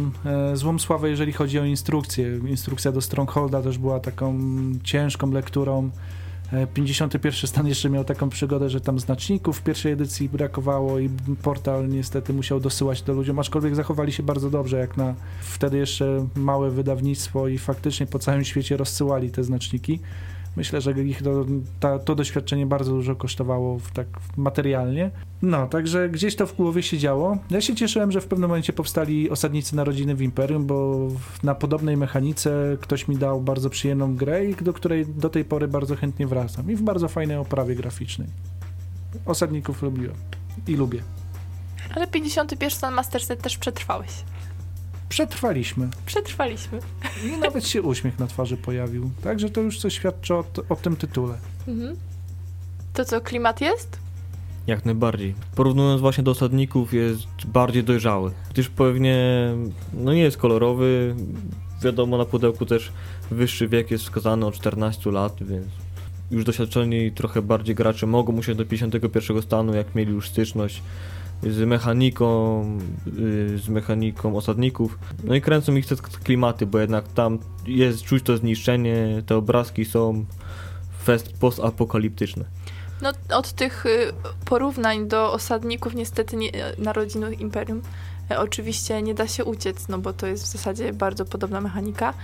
e, złą sławę, jeżeli chodzi o instrukcję. Instrukcja do Strongholda też była taką ciężką lekturą. E, pięćdziesiąty pierwszy stan jeszcze miał taką przygodę, że tam znaczników w pierwszej edycji brakowało i portal niestety musiał dosyłać to ludziom, aczkolwiek zachowali się bardzo dobrze, jak na wtedy jeszcze małe wydawnictwo i faktycznie po całym świecie rozsyłali te znaczniki. Myślę, że ich to, ta, to doświadczenie bardzo dużo kosztowało w, tak materialnie. No, także gdzieś to w głowie się działo. Ja się cieszyłem, że w pewnym momencie powstali Osadnicy Narodziny w Imperium, bo na podobnej mechanice ktoś mi dał bardzo przyjemną grę, do której do tej pory bardzo chętnie wracam. I w bardzo fajnej oprawie graficznej. Osadników lubiłem i lubię. Ale pięćdziesiąty pierwszy stan Master Set też przetrwałeś. Przetrwaliśmy. Przetrwaliśmy. I nawet się uśmiech na twarzy pojawił. Także to już coś świadczy o, o tym tytule. Mhm. To co, klimat jest? Jak najbardziej. Porównując właśnie do Osadników, jest bardziej dojrzały. Gdyż pewnie no nie jest kolorowy. Wiadomo, na pudełku też wyższy wiek jest wskazany od czternastu lat, więc już doświadczeni trochę bardziej gracze mogą usiąść do pięćdziesiątego pierwszego stanu, jak mieli już styczność z mechaniką, z mechaniką Osadników. No i kręcą ich te klimaty, bo jednak tam jest czuć to zniszczenie, te obrazki są fest postapokaliptyczne. No od tych y, porównań do Osadników niestety nie, Narodziny Imperium y, oczywiście nie da się uciec, no bo to jest w zasadzie bardzo podobna mechanika,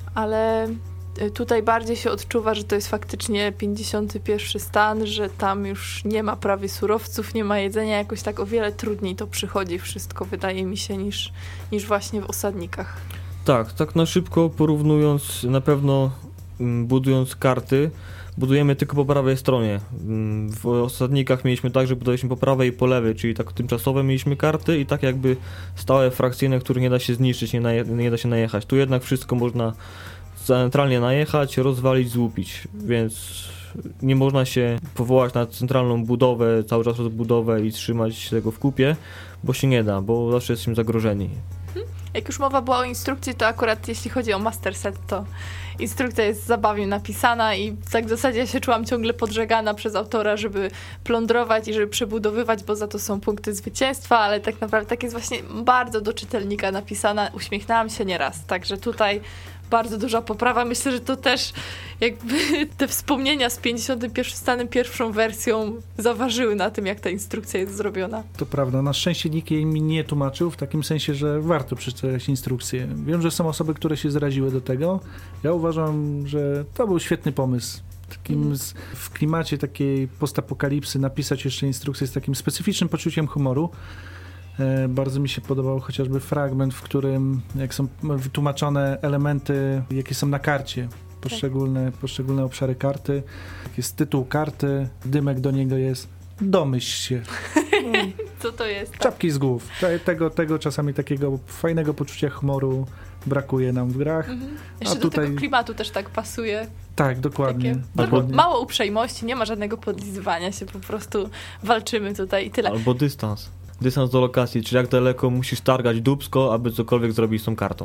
ale y, tutaj bardziej się odczuwa, że to jest faktycznie pięćdziesiąty pierwszy stan, że tam już nie ma prawie surowców, nie ma jedzenia, jakoś tak o wiele trudniej to przychodzi wszystko, wydaje mi się, niż, niż właśnie w Osadnikach. Tak, tak na szybko porównując, na pewno m, budując karty, budujemy tylko po prawej stronie. W Osadnikach mieliśmy tak, że budowaliśmy po prawej i po lewej, czyli tak tymczasowe mieliśmy karty i tak jakby stałe frakcyjne, których nie da się zniszczyć, nie, naje, nie da się najechać. Tu jednak wszystko można centralnie najechać, rozwalić, złupić, więc nie można się powołać na centralną budowę, cały czas rozbudowę i trzymać tego w kupie, bo się nie da, bo zawsze jesteśmy zagrożeni. Jak już mowa była o instrukcji, to akurat jeśli chodzi o Master Set, to instrukcja jest zabawnie napisana i tak w zasadzie ja się czułam ciągle podżegana przez autora, żeby plądrować i żeby przebudowywać, bo za to są punkty zwycięstwa, ale tak naprawdę tak jest właśnie bardzo do czytelnika napisana. Uśmiechnęłam się nieraz, także tutaj bardzo duża poprawa. Myślę, że to też jakby te wspomnienia z pięćdziesiątym pierwszym stanem, pierwszą wersją zaważyły na tym, jak ta instrukcja jest zrobiona. To prawda. Na szczęście nikt jej mi nie tłumaczył w takim sensie, że warto przeczytać instrukcję. Wiem, że są osoby, które się zraziły do tego. Ja uważam, że to był świetny pomysł. Takim mm. z, w klimacie takiej postapokalipsy napisać jeszcze instrukcję z takim specyficznym poczuciem humoru. Bardzo mi się podobał chociażby fragment, w którym jak są wytłumaczone elementy, jakie są na karcie, poszczególne, poszczególne obszary karty. Jest tytuł karty, dymek do niego jest domyśl się. Co to jest? Tak? Czapki z głów. Tego, tego czasami takiego fajnego poczucia humoru brakuje nam w grach. Mhm. Jeszcze A do tutaj... tego klimatu też tak pasuje. Tak, dokładnie. Takie, dokładnie. Mało uprzejmości, nie ma żadnego podlizywania się, po prostu walczymy tutaj i tyle. Albo dystans. Dystans do lokacji, czyli jak daleko musisz targać dupsko, aby cokolwiek zrobić z tą kartą.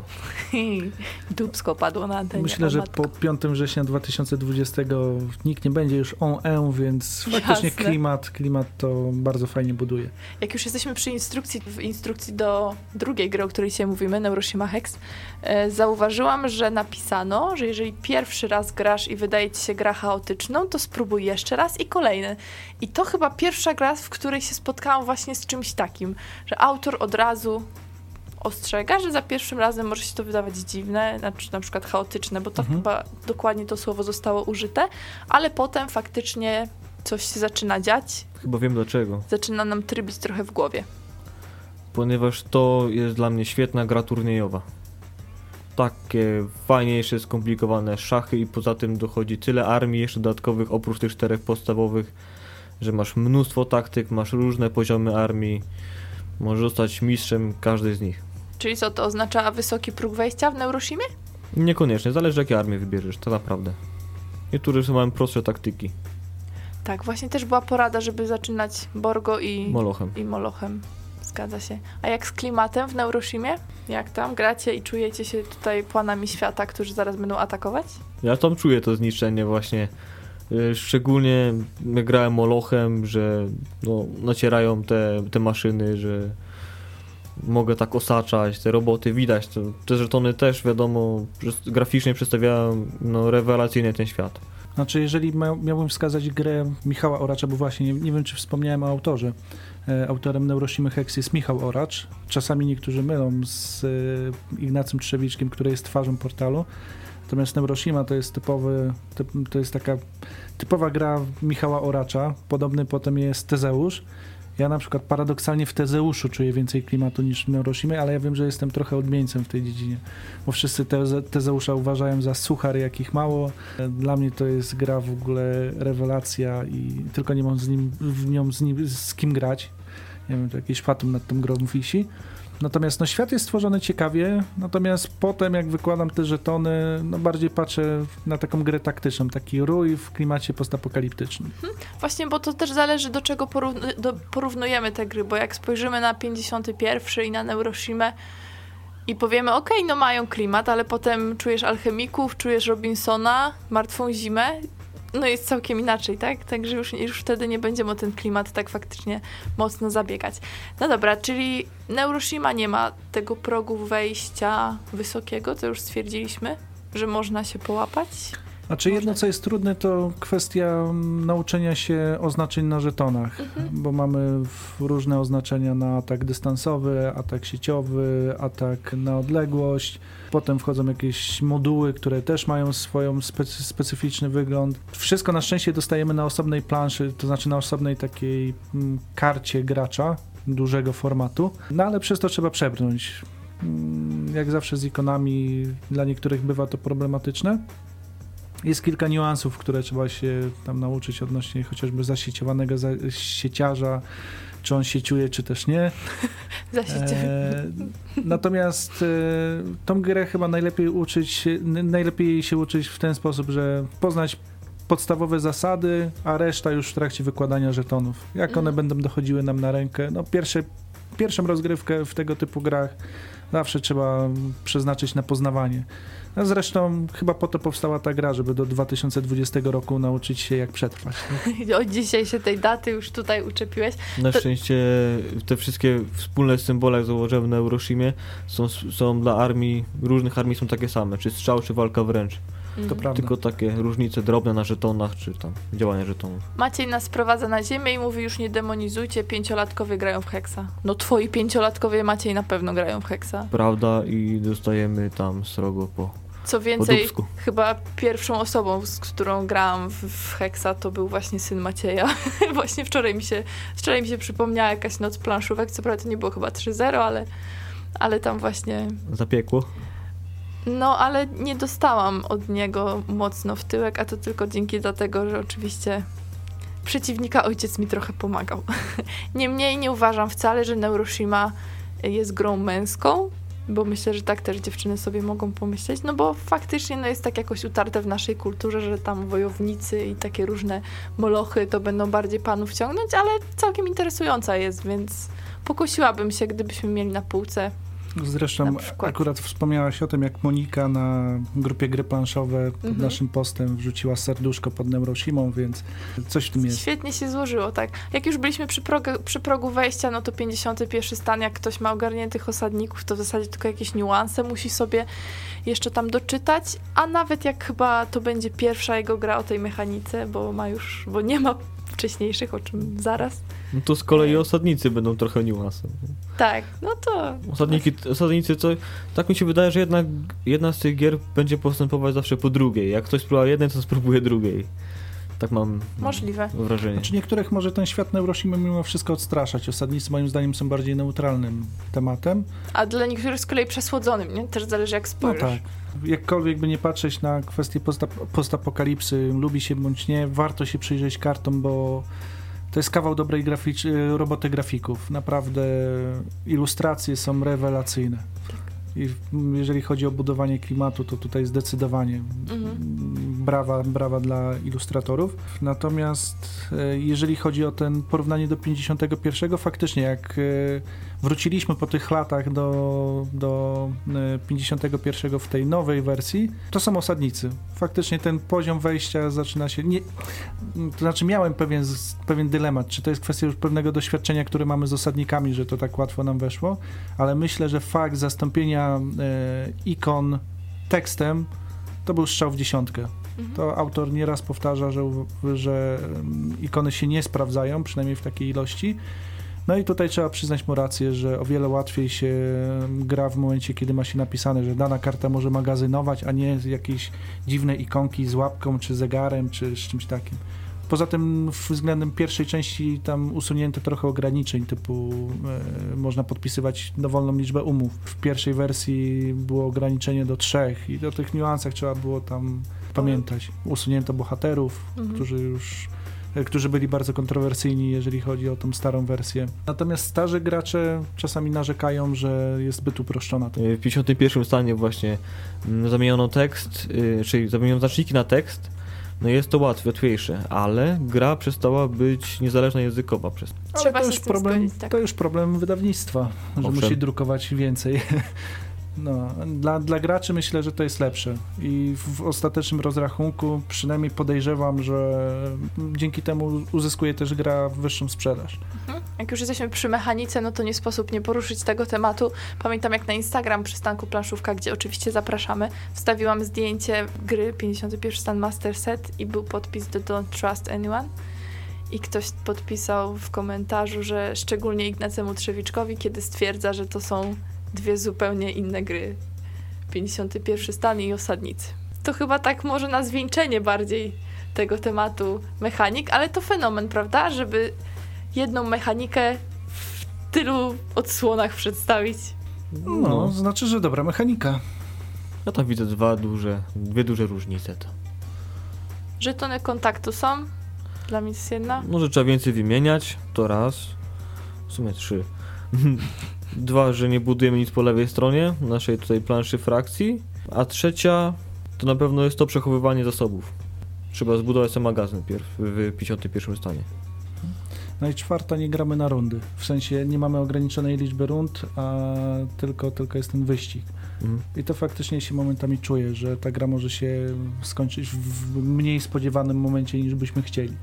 Dupsko padło na antenie. Myślę, że po piątego września dwa tysiące dwudziestego nikt nie będzie już on en, więc faktycznie Jasne. klimat, klimat to bardzo fajnie buduje. Jak już jesteśmy przy instrukcji, w instrukcji do drugiej gry, o której dzisiaj mówimy, Neuroshima Hex, e, zauważyłam, że napisano, że jeżeli pierwszy raz grasz i wydaje ci się gra chaotyczną, to spróbuj jeszcze raz i kolejny. I to chyba pierwsza gra, w której się spotkałam właśnie z czymś takim, że autor od razu ostrzega, że za pierwszym razem może się to wydawać dziwne, znaczy na przykład chaotyczne, bo to mhm. chyba dokładnie to słowo zostało użyte, ale potem faktycznie coś się zaczyna dziać. Chyba wiem dlaczego. Zaczyna nam trybić trochę w głowie. Ponieważ to jest dla mnie świetna gra turniejowa. Takie fajniejsze, skomplikowane szachy i poza tym dochodzi tyle armii jeszcze dodatkowych oprócz tych czterech podstawowych, że masz mnóstwo taktyk, masz różne poziomy armii, możesz zostać mistrzem każdej z nich. Czyli co, to oznacza wysoki próg wejścia w Neuroshimie? Niekoniecznie, zależy jakie armię wybierzesz, to naprawdę. Niektóre są mają prostsze taktyki. Tak, właśnie też była porada, żeby zaczynać Borgo i Molochem. I Molochem. Zgadza się. A jak z klimatem w Neuroshimie? Jak tam gracie i czujecie się tutaj płanami świata, którzy zaraz będą atakować? Ja tam czuję to zniszczenie właśnie. Szczególnie grałem Molochem, że no, nacierają te, te maszyny, że mogę tak osaczać, te roboty widać. To, te żetony też wiadomo, graficznie przedstawiają no, rewelacyjnie ten świat. Znaczy, jeżeli ma, miałbym wskazać grę Michała Oracza, bo właśnie nie, nie wiem, czy wspomniałem o autorze. E, autorem Neuroshimy Hex jest Michał Oracz. Czasami niektórzy mylą z e, Ignacym Trzewiczkiem, który jest twarzą portalu. Natomiast Neuroshima to jest typowy, typ, to jest taka typowa gra Michała Oracza. Podobny potem jest Tezeusz. Ja na przykład paradoksalnie w Tezeuszu czuję więcej klimatu niż w Neuroshimie, ale ja wiem, że jestem trochę odmieńcem w tej dziedzinie, bo wszyscy Teze, Tezeusza uważają za suchar, jakich mało. Dla mnie to jest gra w ogóle rewelacja i tylko nie mam z nim, w nią z, nim, z kim grać. Nie wiem, to jakiś fatum nad tą grą wisi. Natomiast no, świat jest stworzony ciekawie, natomiast potem jak wykładam te żetony, no bardziej patrzę na taką grę taktyczną, taki rój w klimacie postapokaliptycznym. Hmm. Właśnie, bo to też zależy do czego porówn- do, porównujemy te gry, bo jak spojrzymy na pięćdziesiąty pierwszy i na Neuroshimę i powiemy, okej, okay, no mają klimat, ale potem czujesz alchemików, czujesz Robinsona, martwą zimę, no jest całkiem inaczej, tak? Także już, już wtedy nie będziemy o ten klimat tak faktycznie mocno zabiegać. No dobra, czyli Neuroshima nie ma tego progu wejścia wysokiego, to już stwierdziliśmy, że można się połapać. Znaczy Można. jedno, co jest trudne, to kwestia nauczenia się oznaczeń na żetonach, mhm. bo mamy różne oznaczenia na atak dystansowy, atak sieciowy, atak na odległość. Potem wchodzą jakieś moduły, które też mają swoją specy- specyficzny wygląd. Wszystko na szczęście dostajemy na osobnej planszy, to znaczy na osobnej takiej mm, karcie gracza dużego formatu, no ale przez to trzeba przebrnąć. Mm, jak zawsze z ikonami dla niektórych bywa to problematyczne. Jest kilka niuansów, które trzeba się tam nauczyć odnośnie chociażby zasieciowanego za- sieciarza, czy on sieciuje, czy też nie. E, natomiast e, tą grę chyba najlepiej uczyć, najlepiej się uczyć w ten sposób, że poznać podstawowe zasady, a reszta już w trakcie wykładania żetonów. Jak one mm. będą dochodziły nam na rękę. No pierwsze, pierwszą rozgrywkę w tego typu grach zawsze trzeba przeznaczyć na poznawanie. A zresztą chyba po to powstała ta gra, żeby do dwa tysiące dwudziestego roku nauczyć się, jak przetrwać. Od dzisiaj się tej daty już tutaj uczepiłeś. Na To... szczęście te wszystkie wspólne symbole, jak zauważyłem na Euroshimie, są, są dla armii, różnych armii są takie same, czy strzał, czy walka wręcz. Mm. To prawda. Tylko takie różnice drobne na żetonach, czy tam działania żetonów. Maciej nas sprowadza na ziemię i mówi, już nie demonizujcie, pięciolatkowie grają w Hexa. No twoi pięciolatkowie, Maciej, na pewno grają w Hexa. Prawda, i dostajemy tam srogo po Co więcej, dubsku. chyba pierwszą osobą, z którą grałam w, w Hexa, to był właśnie syn Macieja. Właśnie wczoraj mi się, wczoraj mi się przypomniała jakaś noc planszówek, co prawda to nie było chyba trzy zero, ale, ale tam właśnie... Zapiekło. No, ale nie dostałam od niego mocno w tyłek, a to tylko dzięki dlatego, że oczywiście przeciwnika ojciec mi trochę pomagał. Niemniej nie uważam wcale, że Neuroshima jest grą męską, bo myślę, że tak też dziewczyny sobie mogą pomyśleć, no bo faktycznie no jest tak jakoś utarte w naszej kulturze, że tam wojownicy i takie różne molochy to będą bardziej panów ciągnąć, ale całkiem interesująca jest, więc pokusiłabym się, gdybyśmy mieli na półce. Zresztą akurat wspomniałaś o tym, jak Monika na grupie Gry Planszowe pod Mhm. naszym postem wrzuciła serduszko pod Neuroshimą, więc coś w tym jest. Świetnie się złożyło, tak. Jak już byliśmy przy, progu, przy progu wejścia, no to pięćdziesiąty pierwszy stan, jak ktoś ma ogarniętych osadników, to w zasadzie tylko jakieś niuanse musi sobie jeszcze tam doczytać, a nawet jak chyba to będzie pierwsza jego gra o tej mechanice, bo ma już, bo nie ma wcześniejszych, o czym zaraz. No to z kolei osadnicy będą trochę niuansem. Tak, no to... Osadniki, osadnicy, co, tak mi się wydaje, że jednak jedna z tych gier będzie postępować zawsze po drugiej. Jak ktoś spróbował jednej, to spróbuje drugiej. Tak mam Możliwe. wrażenie. Znaczy niektórych może ten świat Neuroshimy mimo wszystko odstraszać. Osadnicy moim zdaniem są bardziej neutralnym tematem. A dla niektórych z kolei przesłodzonym, nie? Też zależy jak No spojrzysz. tak. Jakkolwiek by nie patrzeć na kwestię postap- postapokalipsy, lubi się bądź nie, warto się przyjrzeć kartom, bo to jest kawał dobrej graficz- roboty grafików. Naprawdę ilustracje są rewelacyjne. I jeżeli chodzi o budowanie klimatu, to tutaj zdecydowanie Mhm. brawa, brawa dla ilustratorów. Natomiast e, jeżeli chodzi o ten porównanie do pięćdziesiątego pierwszego, faktycznie jak e, wróciliśmy po tych latach do, do e, pięćdziesiątego pierwszego w tej nowej wersji, to są osadnicy. Faktycznie ten poziom wejścia zaczyna się... Nie, to znaczy miałem pewien, pewien dylemat, czy to jest kwestia już pewnego doświadczenia, które mamy z osadnikami, że to tak łatwo nam weszło, ale myślę, że fakt zastąpienia e, ikon tekstem to był strzał w dziesiątkę. Mhm. To autor nieraz powtarza, że, że ikony się nie sprawdzają, przynajmniej w takiej ilości. No i tutaj trzeba przyznać mu rację, że o wiele łatwiej się gra w momencie, kiedy ma się napisane, że dana karta może magazynować, a nie jakieś dziwne ikonki z łapką, czy zegarem, czy z czymś takim. Poza tym względem pierwszej części tam usunięto trochę ograniczeń, typu e, można podpisywać dowolną liczbę umów. W pierwszej wersji było ograniczenie do trzech i o tych niuansach trzeba było tam pamiętać. Usunięto bohaterów, Mhm. którzy już którzy byli bardzo kontrowersyjni, jeżeli chodzi o tą starą wersję. Natomiast starzy gracze czasami narzekają, że jest zbyt uproszczona. W pięćdziesiątym pierwszym stanie właśnie mm, zamieniono tekst, yy, czyli zamieniono znaczniki na tekst. No jest to łatwe, łatwiejsze, ale gra przestała być niezależna językowa przez to. Ale Trzeba to się już z tym problem, zgodzić, tak. to już problem wydawnictwa, że Owszem. musi drukować więcej. No, dla, dla graczy myślę, że to jest lepsze i w ostatecznym rozrachunku przynajmniej podejrzewam, że dzięki temu uzyskuje też gra wyższą sprzedaż. Mhm. Jak już jesteśmy przy mechanice, no to nie sposób nie poruszyć tego tematu. Pamiętam jak na Instagram przystanku Planszówka, gdzie oczywiście zapraszamy, wstawiłam zdjęcie gry pięćdziesiąty pierwszy stan Master Set i był podpis do Don't Trust Anyone. I ktoś podpisał w komentarzu, że szczególnie Ignacemu Trzewiczkowi, kiedy stwierdza, że to są dwie zupełnie inne gry. pięćdziesiąty pierwszy stan i Osadnicy. To chyba tak może na zwieńczenie bardziej tego tematu mechanik, ale to fenomen, prawda? Żeby jedną mechanikę w tylu odsłonach przedstawić. No, No. znaczy, że dobra mechanika. Ja tam widzę dwa duże, dwie duże różnice. To. Żetony kontaktu są. Dla mnie jest jedna. Może trzeba więcej wymieniać, to raz. W sumie trzy. Dwa, że nie budujemy nic po lewej stronie naszej tutaj planszy frakcji. A trzecia, to na pewno jest to przechowywanie zasobów. Trzeba zbudować sobie magazyn pierw w pięćdziesiątym pierwszym stanie. No i czwarta, nie gramy na rundy. W sensie nie mamy ograniczonej liczby rund, a tylko, tylko jest ten wyścig. Mhm. I to faktycznie się momentami czuje, że ta gra może się skończyć w mniej spodziewanym momencie niż byśmy chcieli.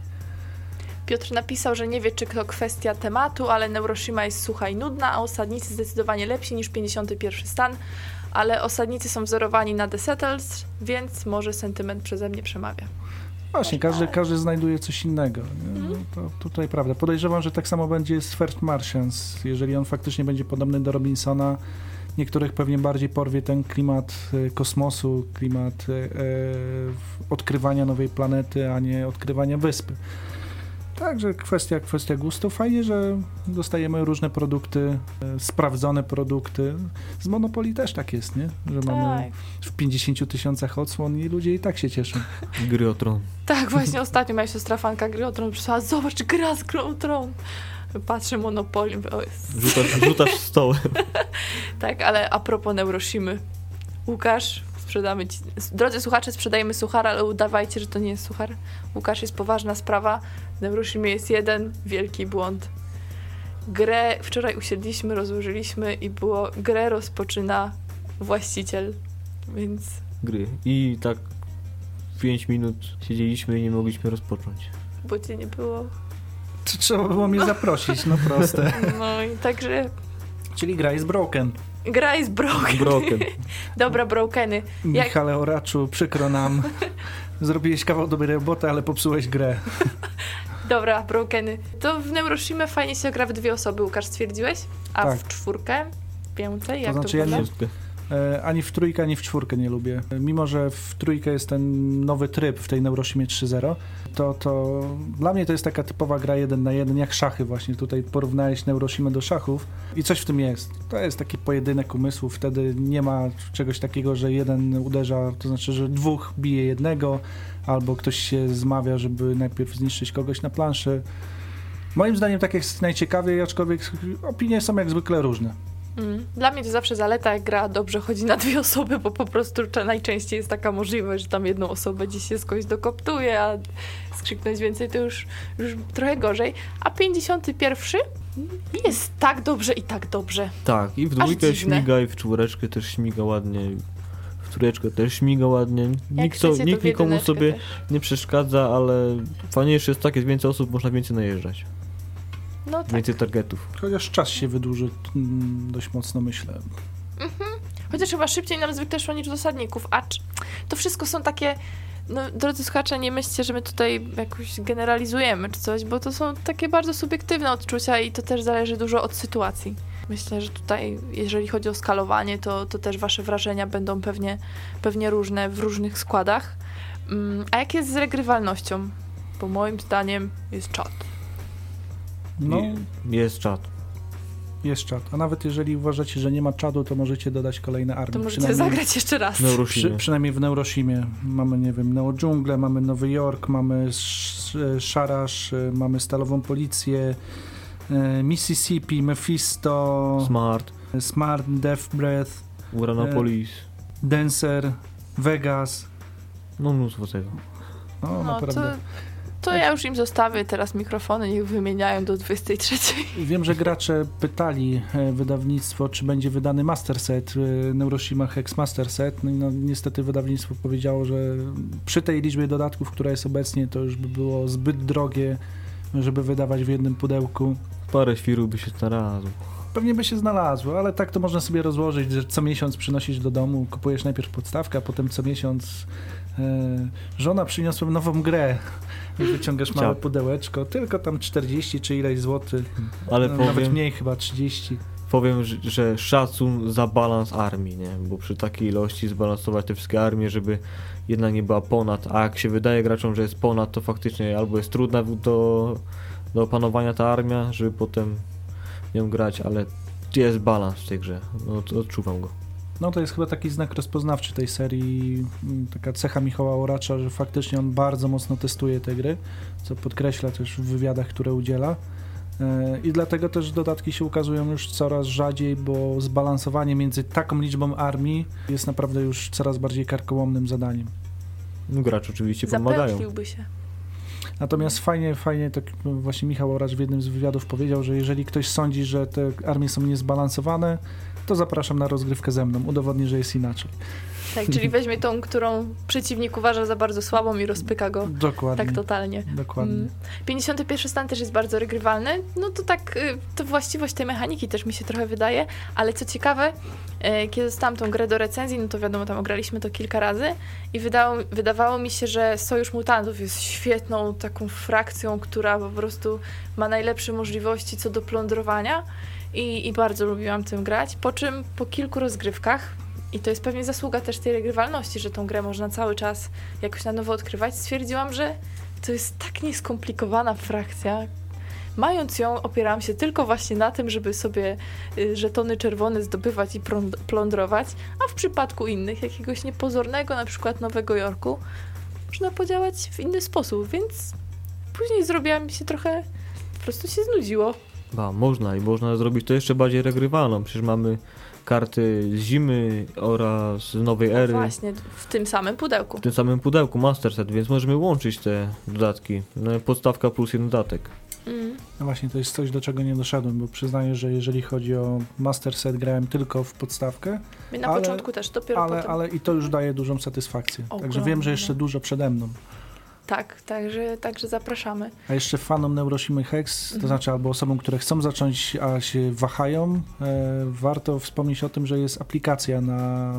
Piotr napisał, że nie wie, czy to kwestia tematu, ale Neuroshima jest sucha i nudna, a osadnicy zdecydowanie lepsi niż pięćdziesiąty pierwszy stan, ale osadnicy są wzorowani na The Settles, więc może sentyment przeze mnie przemawia. Właśnie, każdy, każdy znajduje coś innego. Mm. To tutaj prawda. Podejrzewam, że tak samo będzie z First Martians. Jeżeli on faktycznie będzie podobny do Robinsona, niektórych pewnie bardziej porwie ten klimat kosmosu, klimat e, odkrywania nowej planety, a nie odkrywania wyspy. Także kwestia, kwestia gustu. Fajnie, że dostajemy różne produkty, e, sprawdzone produkty. Z Monopoly też tak jest, nie? Że tak. mamy w pięćdziesięciu tysiącach odsłon i ludzie i tak się cieszą. Gry o Tron. Tak, właśnie ostatnio moja siostra fanka Gry o Tron przysłała, zobacz, gra z Gry o Tron. Patrzę Monopoly, o jest. Rzucasz, rzucasz stołem. Tak, ale a propos Neuroshimy. Łukasz, sprzedamy ci... Drodzy słuchacze, sprzedajemy suchar, ale udawajcie, że to nie jest suchar. Łukasz, jest poważna sprawa. W Neuroshimie jest jeden wielki błąd. Grę wczoraj usiedliśmy, rozłożyliśmy i było, grę rozpoczyna właściciel, więc... Gry. I tak pięć minut siedzieliśmy i nie mogliśmy rozpocząć. Bo cię nie było. To trzeba było mnie zaprosić, no proste. No i także... Czyli gra jest broken. Gra jest broken. Broken. Dobra, brokeny. Jak... Michale Oraczu, przykro nam. Zrobiłeś kawał dobrej roboty, ale popsułeś grę. Dobra, brokeny. To w Neuroshimę fajnie się gra w dwie osoby, Łukasz, stwierdziłeś? A tak. w czwórkę więcej? Jak to to znaczy wygląda? ja nie, ani w trójkę, ani w czwórkę nie lubię. Mimo że w trójkę jest ten nowy tryb w tej Neuroshimie trzy zero, to, to dla mnie to jest taka typowa gra jeden na jeden, jak szachy właśnie. Tutaj porównałeś Neuroshimę do szachów i coś w tym jest. To jest taki pojedynek umysłów. Wtedy nie ma czegoś takiego, że jeden uderza, to znaczy, że dwóch bije jednego, albo ktoś się zmawia, żeby najpierw zniszczyć kogoś na planszy. Moim zdaniem tak jest najciekawiej, aczkolwiek opinie są jak zwykle różne. Mm. Dla mnie to zawsze zaleta, jak gra dobrze chodzi na dwie osoby, bo po prostu najczęściej jest taka możliwość, że tam jedną osobę gdzieś się z kogoś dokoptuje, a skrzyknąć więcej to już, już trochę gorzej. A pięćdziesiąty pierwszy jest tak dobrze i tak dobrze. Tak, i w dwójkę śmiga, i w czwóreczkę też śmiga ładnie. W trójeczkę też śmiga ładnie. Nikt, chcecie, to, nikt nikomu sobie też nie przeszkadza, ale fajniejsze jest tak, jest więcej osób, można więcej najeżdżać. No tak. Więcej targetów. Chociaż czas się wydłuży mm, dość mocno, myślę. Mhm. Chociaż chyba szybciej nam zwykle szło niż dosadników. A czy, to wszystko są takie... No, drodzy słuchacze, nie myślcie, że my tutaj jakoś generalizujemy czy coś, bo to są takie bardzo subiektywne odczucia i to też zależy dużo od sytuacji. Myślę, że tutaj, jeżeli chodzi o skalowanie, to, to też wasze wrażenia będą pewnie, pewnie różne w różnych składach. Um, a jak jest z regrywalnością? Bo moim zdaniem jest czat. No, jest czat. Jest czat. A nawet jeżeli uważacie, że nie ma czatu, to możecie dodać kolejne armie. To możecie zagrać jeszcze raz. Przy, przynajmniej w Neuroshimie. Mamy, nie wiem, Neo Dżunglę, mamy Nowy Jork, mamy Szarasz, mamy Stalową Policję, Mississippi, Mephisto, Smart, Smart, Death Breath, Uranopolis, Dancer, Vegas. No mnóstwo tego. No, no naprawdę. To, to ja już im zostawię teraz mikrofony, niech wymieniają do dwudziestej trzeciej. Wiem, że gracze pytali wydawnictwo, czy będzie wydany Master Set, Neuroshima Hex Master Set. No, no niestety wydawnictwo powiedziało, że przy tej liczbie dodatków, która jest obecnie, to już by było zbyt drogie, żeby wydawać w jednym pudełku. Parę świrów by się znalazło. Pewnie by się znalazło, ale tak to można sobie rozłożyć, że co miesiąc przynosisz do domu, kupujesz najpierw podstawkę, a potem co miesiąc e, żona przyniosła nową grę i wyciągasz małe pudełeczko, tylko tam czterdzieści czy ileś złotych, ale no, powiem, nawet mniej chyba trzydzieści. Powiem, że, że szacun za balans armii, nie? Bo przy takiej ilości zbalansować te wszystkie armie, żeby jedna nie była ponad, a jak się wydaje graczom, że jest ponad, to faktycznie albo jest trudna do, do opanowania ta armia, żeby potem nią grać, ale jest balans w tej grze, no, odczuwam go. No to jest chyba taki znak rozpoznawczy tej serii, taka cecha Michała Oracza, że faktycznie on bardzo mocno testuje te gry, co podkreśla też w wywiadach, które udziela. I dlatego też dodatki się ukazują już coraz rzadziej, bo zbalansowanie między taką liczbą armii jest naprawdę już coraz bardziej karkołomnym zadaniem. No, gracze oczywiście pomagają. Zapętliłby się. Natomiast fajnie, fajnie, tak właśnie Michał Oracz w jednym z wywiadów powiedział, że jeżeli ktoś sądzi, że te armie są niezbalansowane, to zapraszam na rozgrywkę ze mną. Udowodni, że jest inaczej. Tak, czyli weźmie tą, którą przeciwnik uważa za bardzo słabą i rozpyka go Dokładnie. tak totalnie. Dokładnie. Mm. pięćdziesiąty pierwszy stan też jest bardzo regrywalny. No to tak, y, to właściwość tej mechaniki też mi się trochę wydaje, ale co ciekawe, y, kiedy dostałam tą grę do recenzji, no to wiadomo, tam ograliśmy to kilka razy i wydało, wydawało mi się, że Sojusz Mutantów jest świetną taką frakcją, która po prostu ma najlepsze możliwości co do plądrowania i, i bardzo lubiłam tym grać, po czym po kilku rozgrywkach, i to jest pewnie zasługa też tej regrywalności, że tą grę można cały czas jakoś na nowo odkrywać, stwierdziłam, że to jest tak nieskomplikowana frakcja. Mając ją, opierałam się tylko właśnie na tym, żeby sobie y, żetony czerwone zdobywać i prąd- plądrować, a w przypadku innych, jakiegoś niepozornego, na przykład Nowego Jorku, można podziałać w inny sposób, więc później zrobiła mi się trochę, po prostu się znudziło. Ba, można i można zrobić to jeszcze bardziej regrywalną. Przecież mamy karty z zimy oraz z nowej ery. Właśnie, w tym samym pudełku. W tym samym pudełku Master Set, więc możemy łączyć te dodatki. No, podstawka plus jeden dodatek. Mm. No właśnie, to jest coś, do czego nie doszedłem, bo przyznaję, że jeżeli chodzi o Master Set, grałem tylko w podstawkę. My na ale, początku też, dopiero ale, potem. ale i to już daje dużą satysfakcję. Ogromną. Także wiem, że jeszcze dużo przede mną. Tak, także, także zapraszamy. A jeszcze fanom Neuroshimy Hex, to Mhm. znaczy albo osobom, które chcą zacząć, a się wahają, e, warto wspomnieć o tym, że jest aplikacja na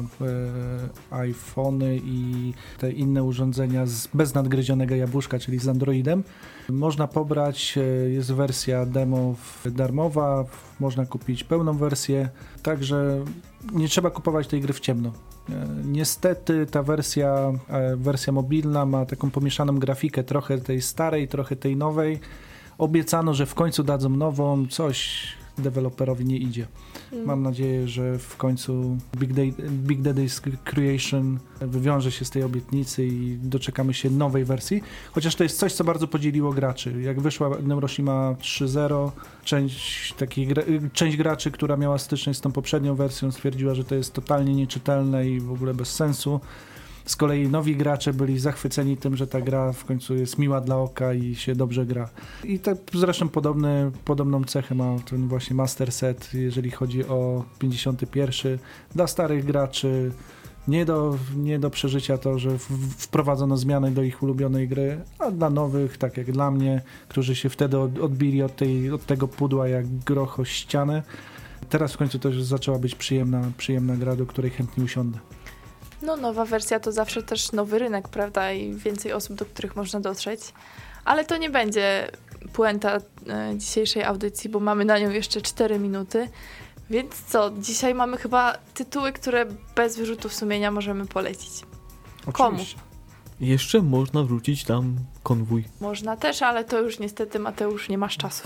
e, iPhony i te inne urządzenia z, bez nadgryzionego jabłuszka, czyli z Androidem. Można pobrać, e, jest wersja demo w- darmowa, można kupić pełną wersję, także nie trzeba kupować tej gry w ciemno. E, Niestety ta wersja, e, wersja mobilna ma taką pomieszaną grafikę, trochę tej starej, trochę tej nowej. Obiecano, że w końcu dadzą nową, coś deweloperowi nie idzie. Mm. Mam nadzieję, że w końcu Big, Day, Big Daddy's Creation wywiąże się z tej obietnicy i doczekamy się nowej wersji. Chociaż to jest coś, co bardzo podzieliło graczy. Jak wyszła Neuroshima trzy zero, część, takich, gra- część graczy, która miała styczność z tą poprzednią wersją, stwierdziła, że to jest totalnie nieczytelne i w ogóle bez sensu. Z kolei nowi gracze byli zachwyceni tym, że ta gra w końcu jest miła dla oka i się dobrze gra. I tak zresztą podobny, podobną cechę ma ten właśnie Master Set, jeżeli chodzi o pięćdziesiąty pierwszy. Dla starych graczy nie do, nie do przeżycia to, że w- wprowadzono zmiany do ich ulubionej gry, a dla nowych, tak jak dla mnie, którzy się wtedy od- odbili od, tej, od tego pudła jak groch o ścianę. Teraz w końcu też zaczęła być przyjemna, przyjemna gra, do której chętnie usiądę. No, nowa wersja to zawsze też nowy rynek, prawda? I więcej osób, do których można dotrzeć. Ale to nie będzie puenta e, dzisiejszej audycji, bo mamy na nią jeszcze cztery minuty. Więc co? Dzisiaj mamy chyba tytuły, które bez wyrzutów sumienia możemy polecić. Komu? Oczywiście. Jeszcze można wrzucić tam konwój. Można też, ale to już niestety, Mateusz, nie masz czasu.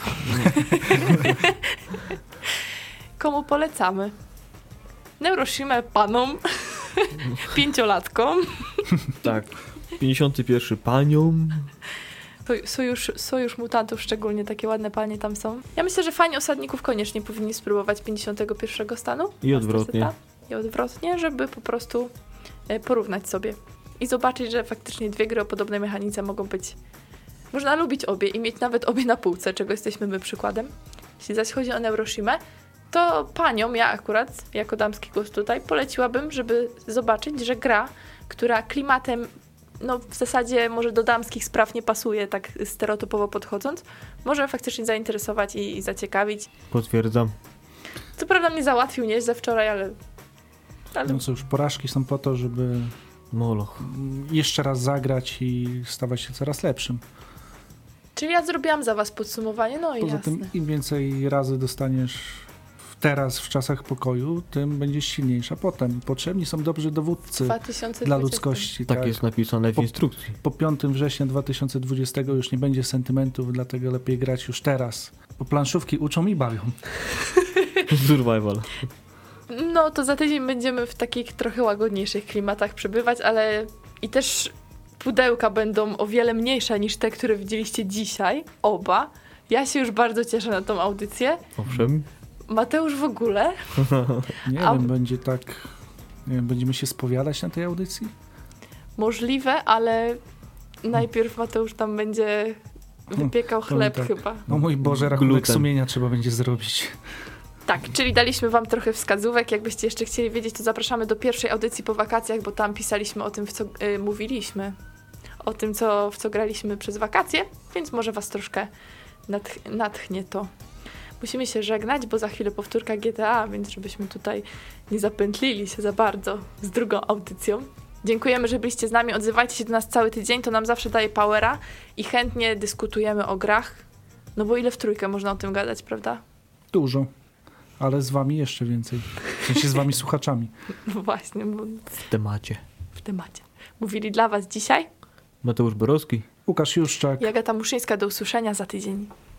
Komu polecamy? Neuroshimę panom, pięciolatkom, Tak. pięćdziesiąty pierwszy paniom. Soj- Sojusz, sojusz mutantów, szczególnie takie ładne panie tam są. Ja myślę, że fani osadników koniecznie powinni spróbować pięćdziesiątego pierwszego stanu. I odwrotnie. Master Seta. I odwrotnie, żeby po prostu e, porównać sobie i zobaczyć, że faktycznie dwie gry o podobnej mechanice mogą być... Można lubić obie i mieć nawet obie na półce, czego jesteśmy my przykładem. Jeśli zaś chodzi o Neuroshimę, to paniom, ja akurat, jako damski głos tutaj, poleciłabym, żeby zobaczyć, że gra, która klimatem, no w zasadzie może do damskich spraw nie pasuje, tak stereotypowo podchodząc, może faktycznie zainteresować i, i zaciekawić. Potwierdzam. Co prawda mnie załatwił nie ze wczoraj, ale... ale... No cóż, porażki są po to, żeby Moloch. jeszcze raz zagrać i stawać się coraz lepszym. Czyli ja zrobiłam za was podsumowanie, no i Poza jasne. tym im więcej razy dostaniesz w teraz, w czasach pokoju, tym będziesz silniejsza potem. Potrzebni są dobrzy dowódcy dwa tysiące dla dwudziesty. ludzkości. Tak jest napisane w Po- instrukcji. Po piątego września dwa tysiące dwudziestego już nie będzie sentymentów, dlatego lepiej grać już teraz. Bo planszówki uczą i bawią. Survival. No to za tydzień będziemy w takich trochę łagodniejszych klimatach przebywać, ale i też pudełka będą o wiele mniejsze niż te, które widzieliście dzisiaj, oba. Ja się już bardzo cieszę na tą audycję. Owszem. Mateusz w ogóle. Nie A- wiem, będzie tak... Nie wiem, będziemy się spowiadać na tej audycji? Możliwe, ale Najpierw Mateusz tam będzie wypiekał chleb tak. chyba. No mój Boże, rachunek Gluten. sumienia trzeba będzie zrobić. Tak, czyli daliśmy wam trochę wskazówek. Jakbyście jeszcze chcieli wiedzieć, to zapraszamy do pierwszej audycji po wakacjach, bo tam pisaliśmy o tym, w co y, mówiliśmy. O tym, co, w co graliśmy przez wakacje, więc może was troszkę natch- natchnie to. Musimy się żegnać, bo za chwilę powtórka G T A, więc żebyśmy tutaj nie zapętlili się za bardzo z drugą audycją. Dziękujemy, że byliście z nami. Odzywajcie się do nas cały tydzień, to nam zawsze daje powera i chętnie dyskutujemy o grach. No bo ile w trójkę można o tym gadać, prawda? Dużo. Ale z wami jeszcze więcej. W sensie z wami słuchaczami. No właśnie, bo W temacie. w temacie. Mówili dla was dzisiaj Mateusz Borowski. Łukasz Juszczak. i Agata Muszyńska. Do usłyszenia za tydzień.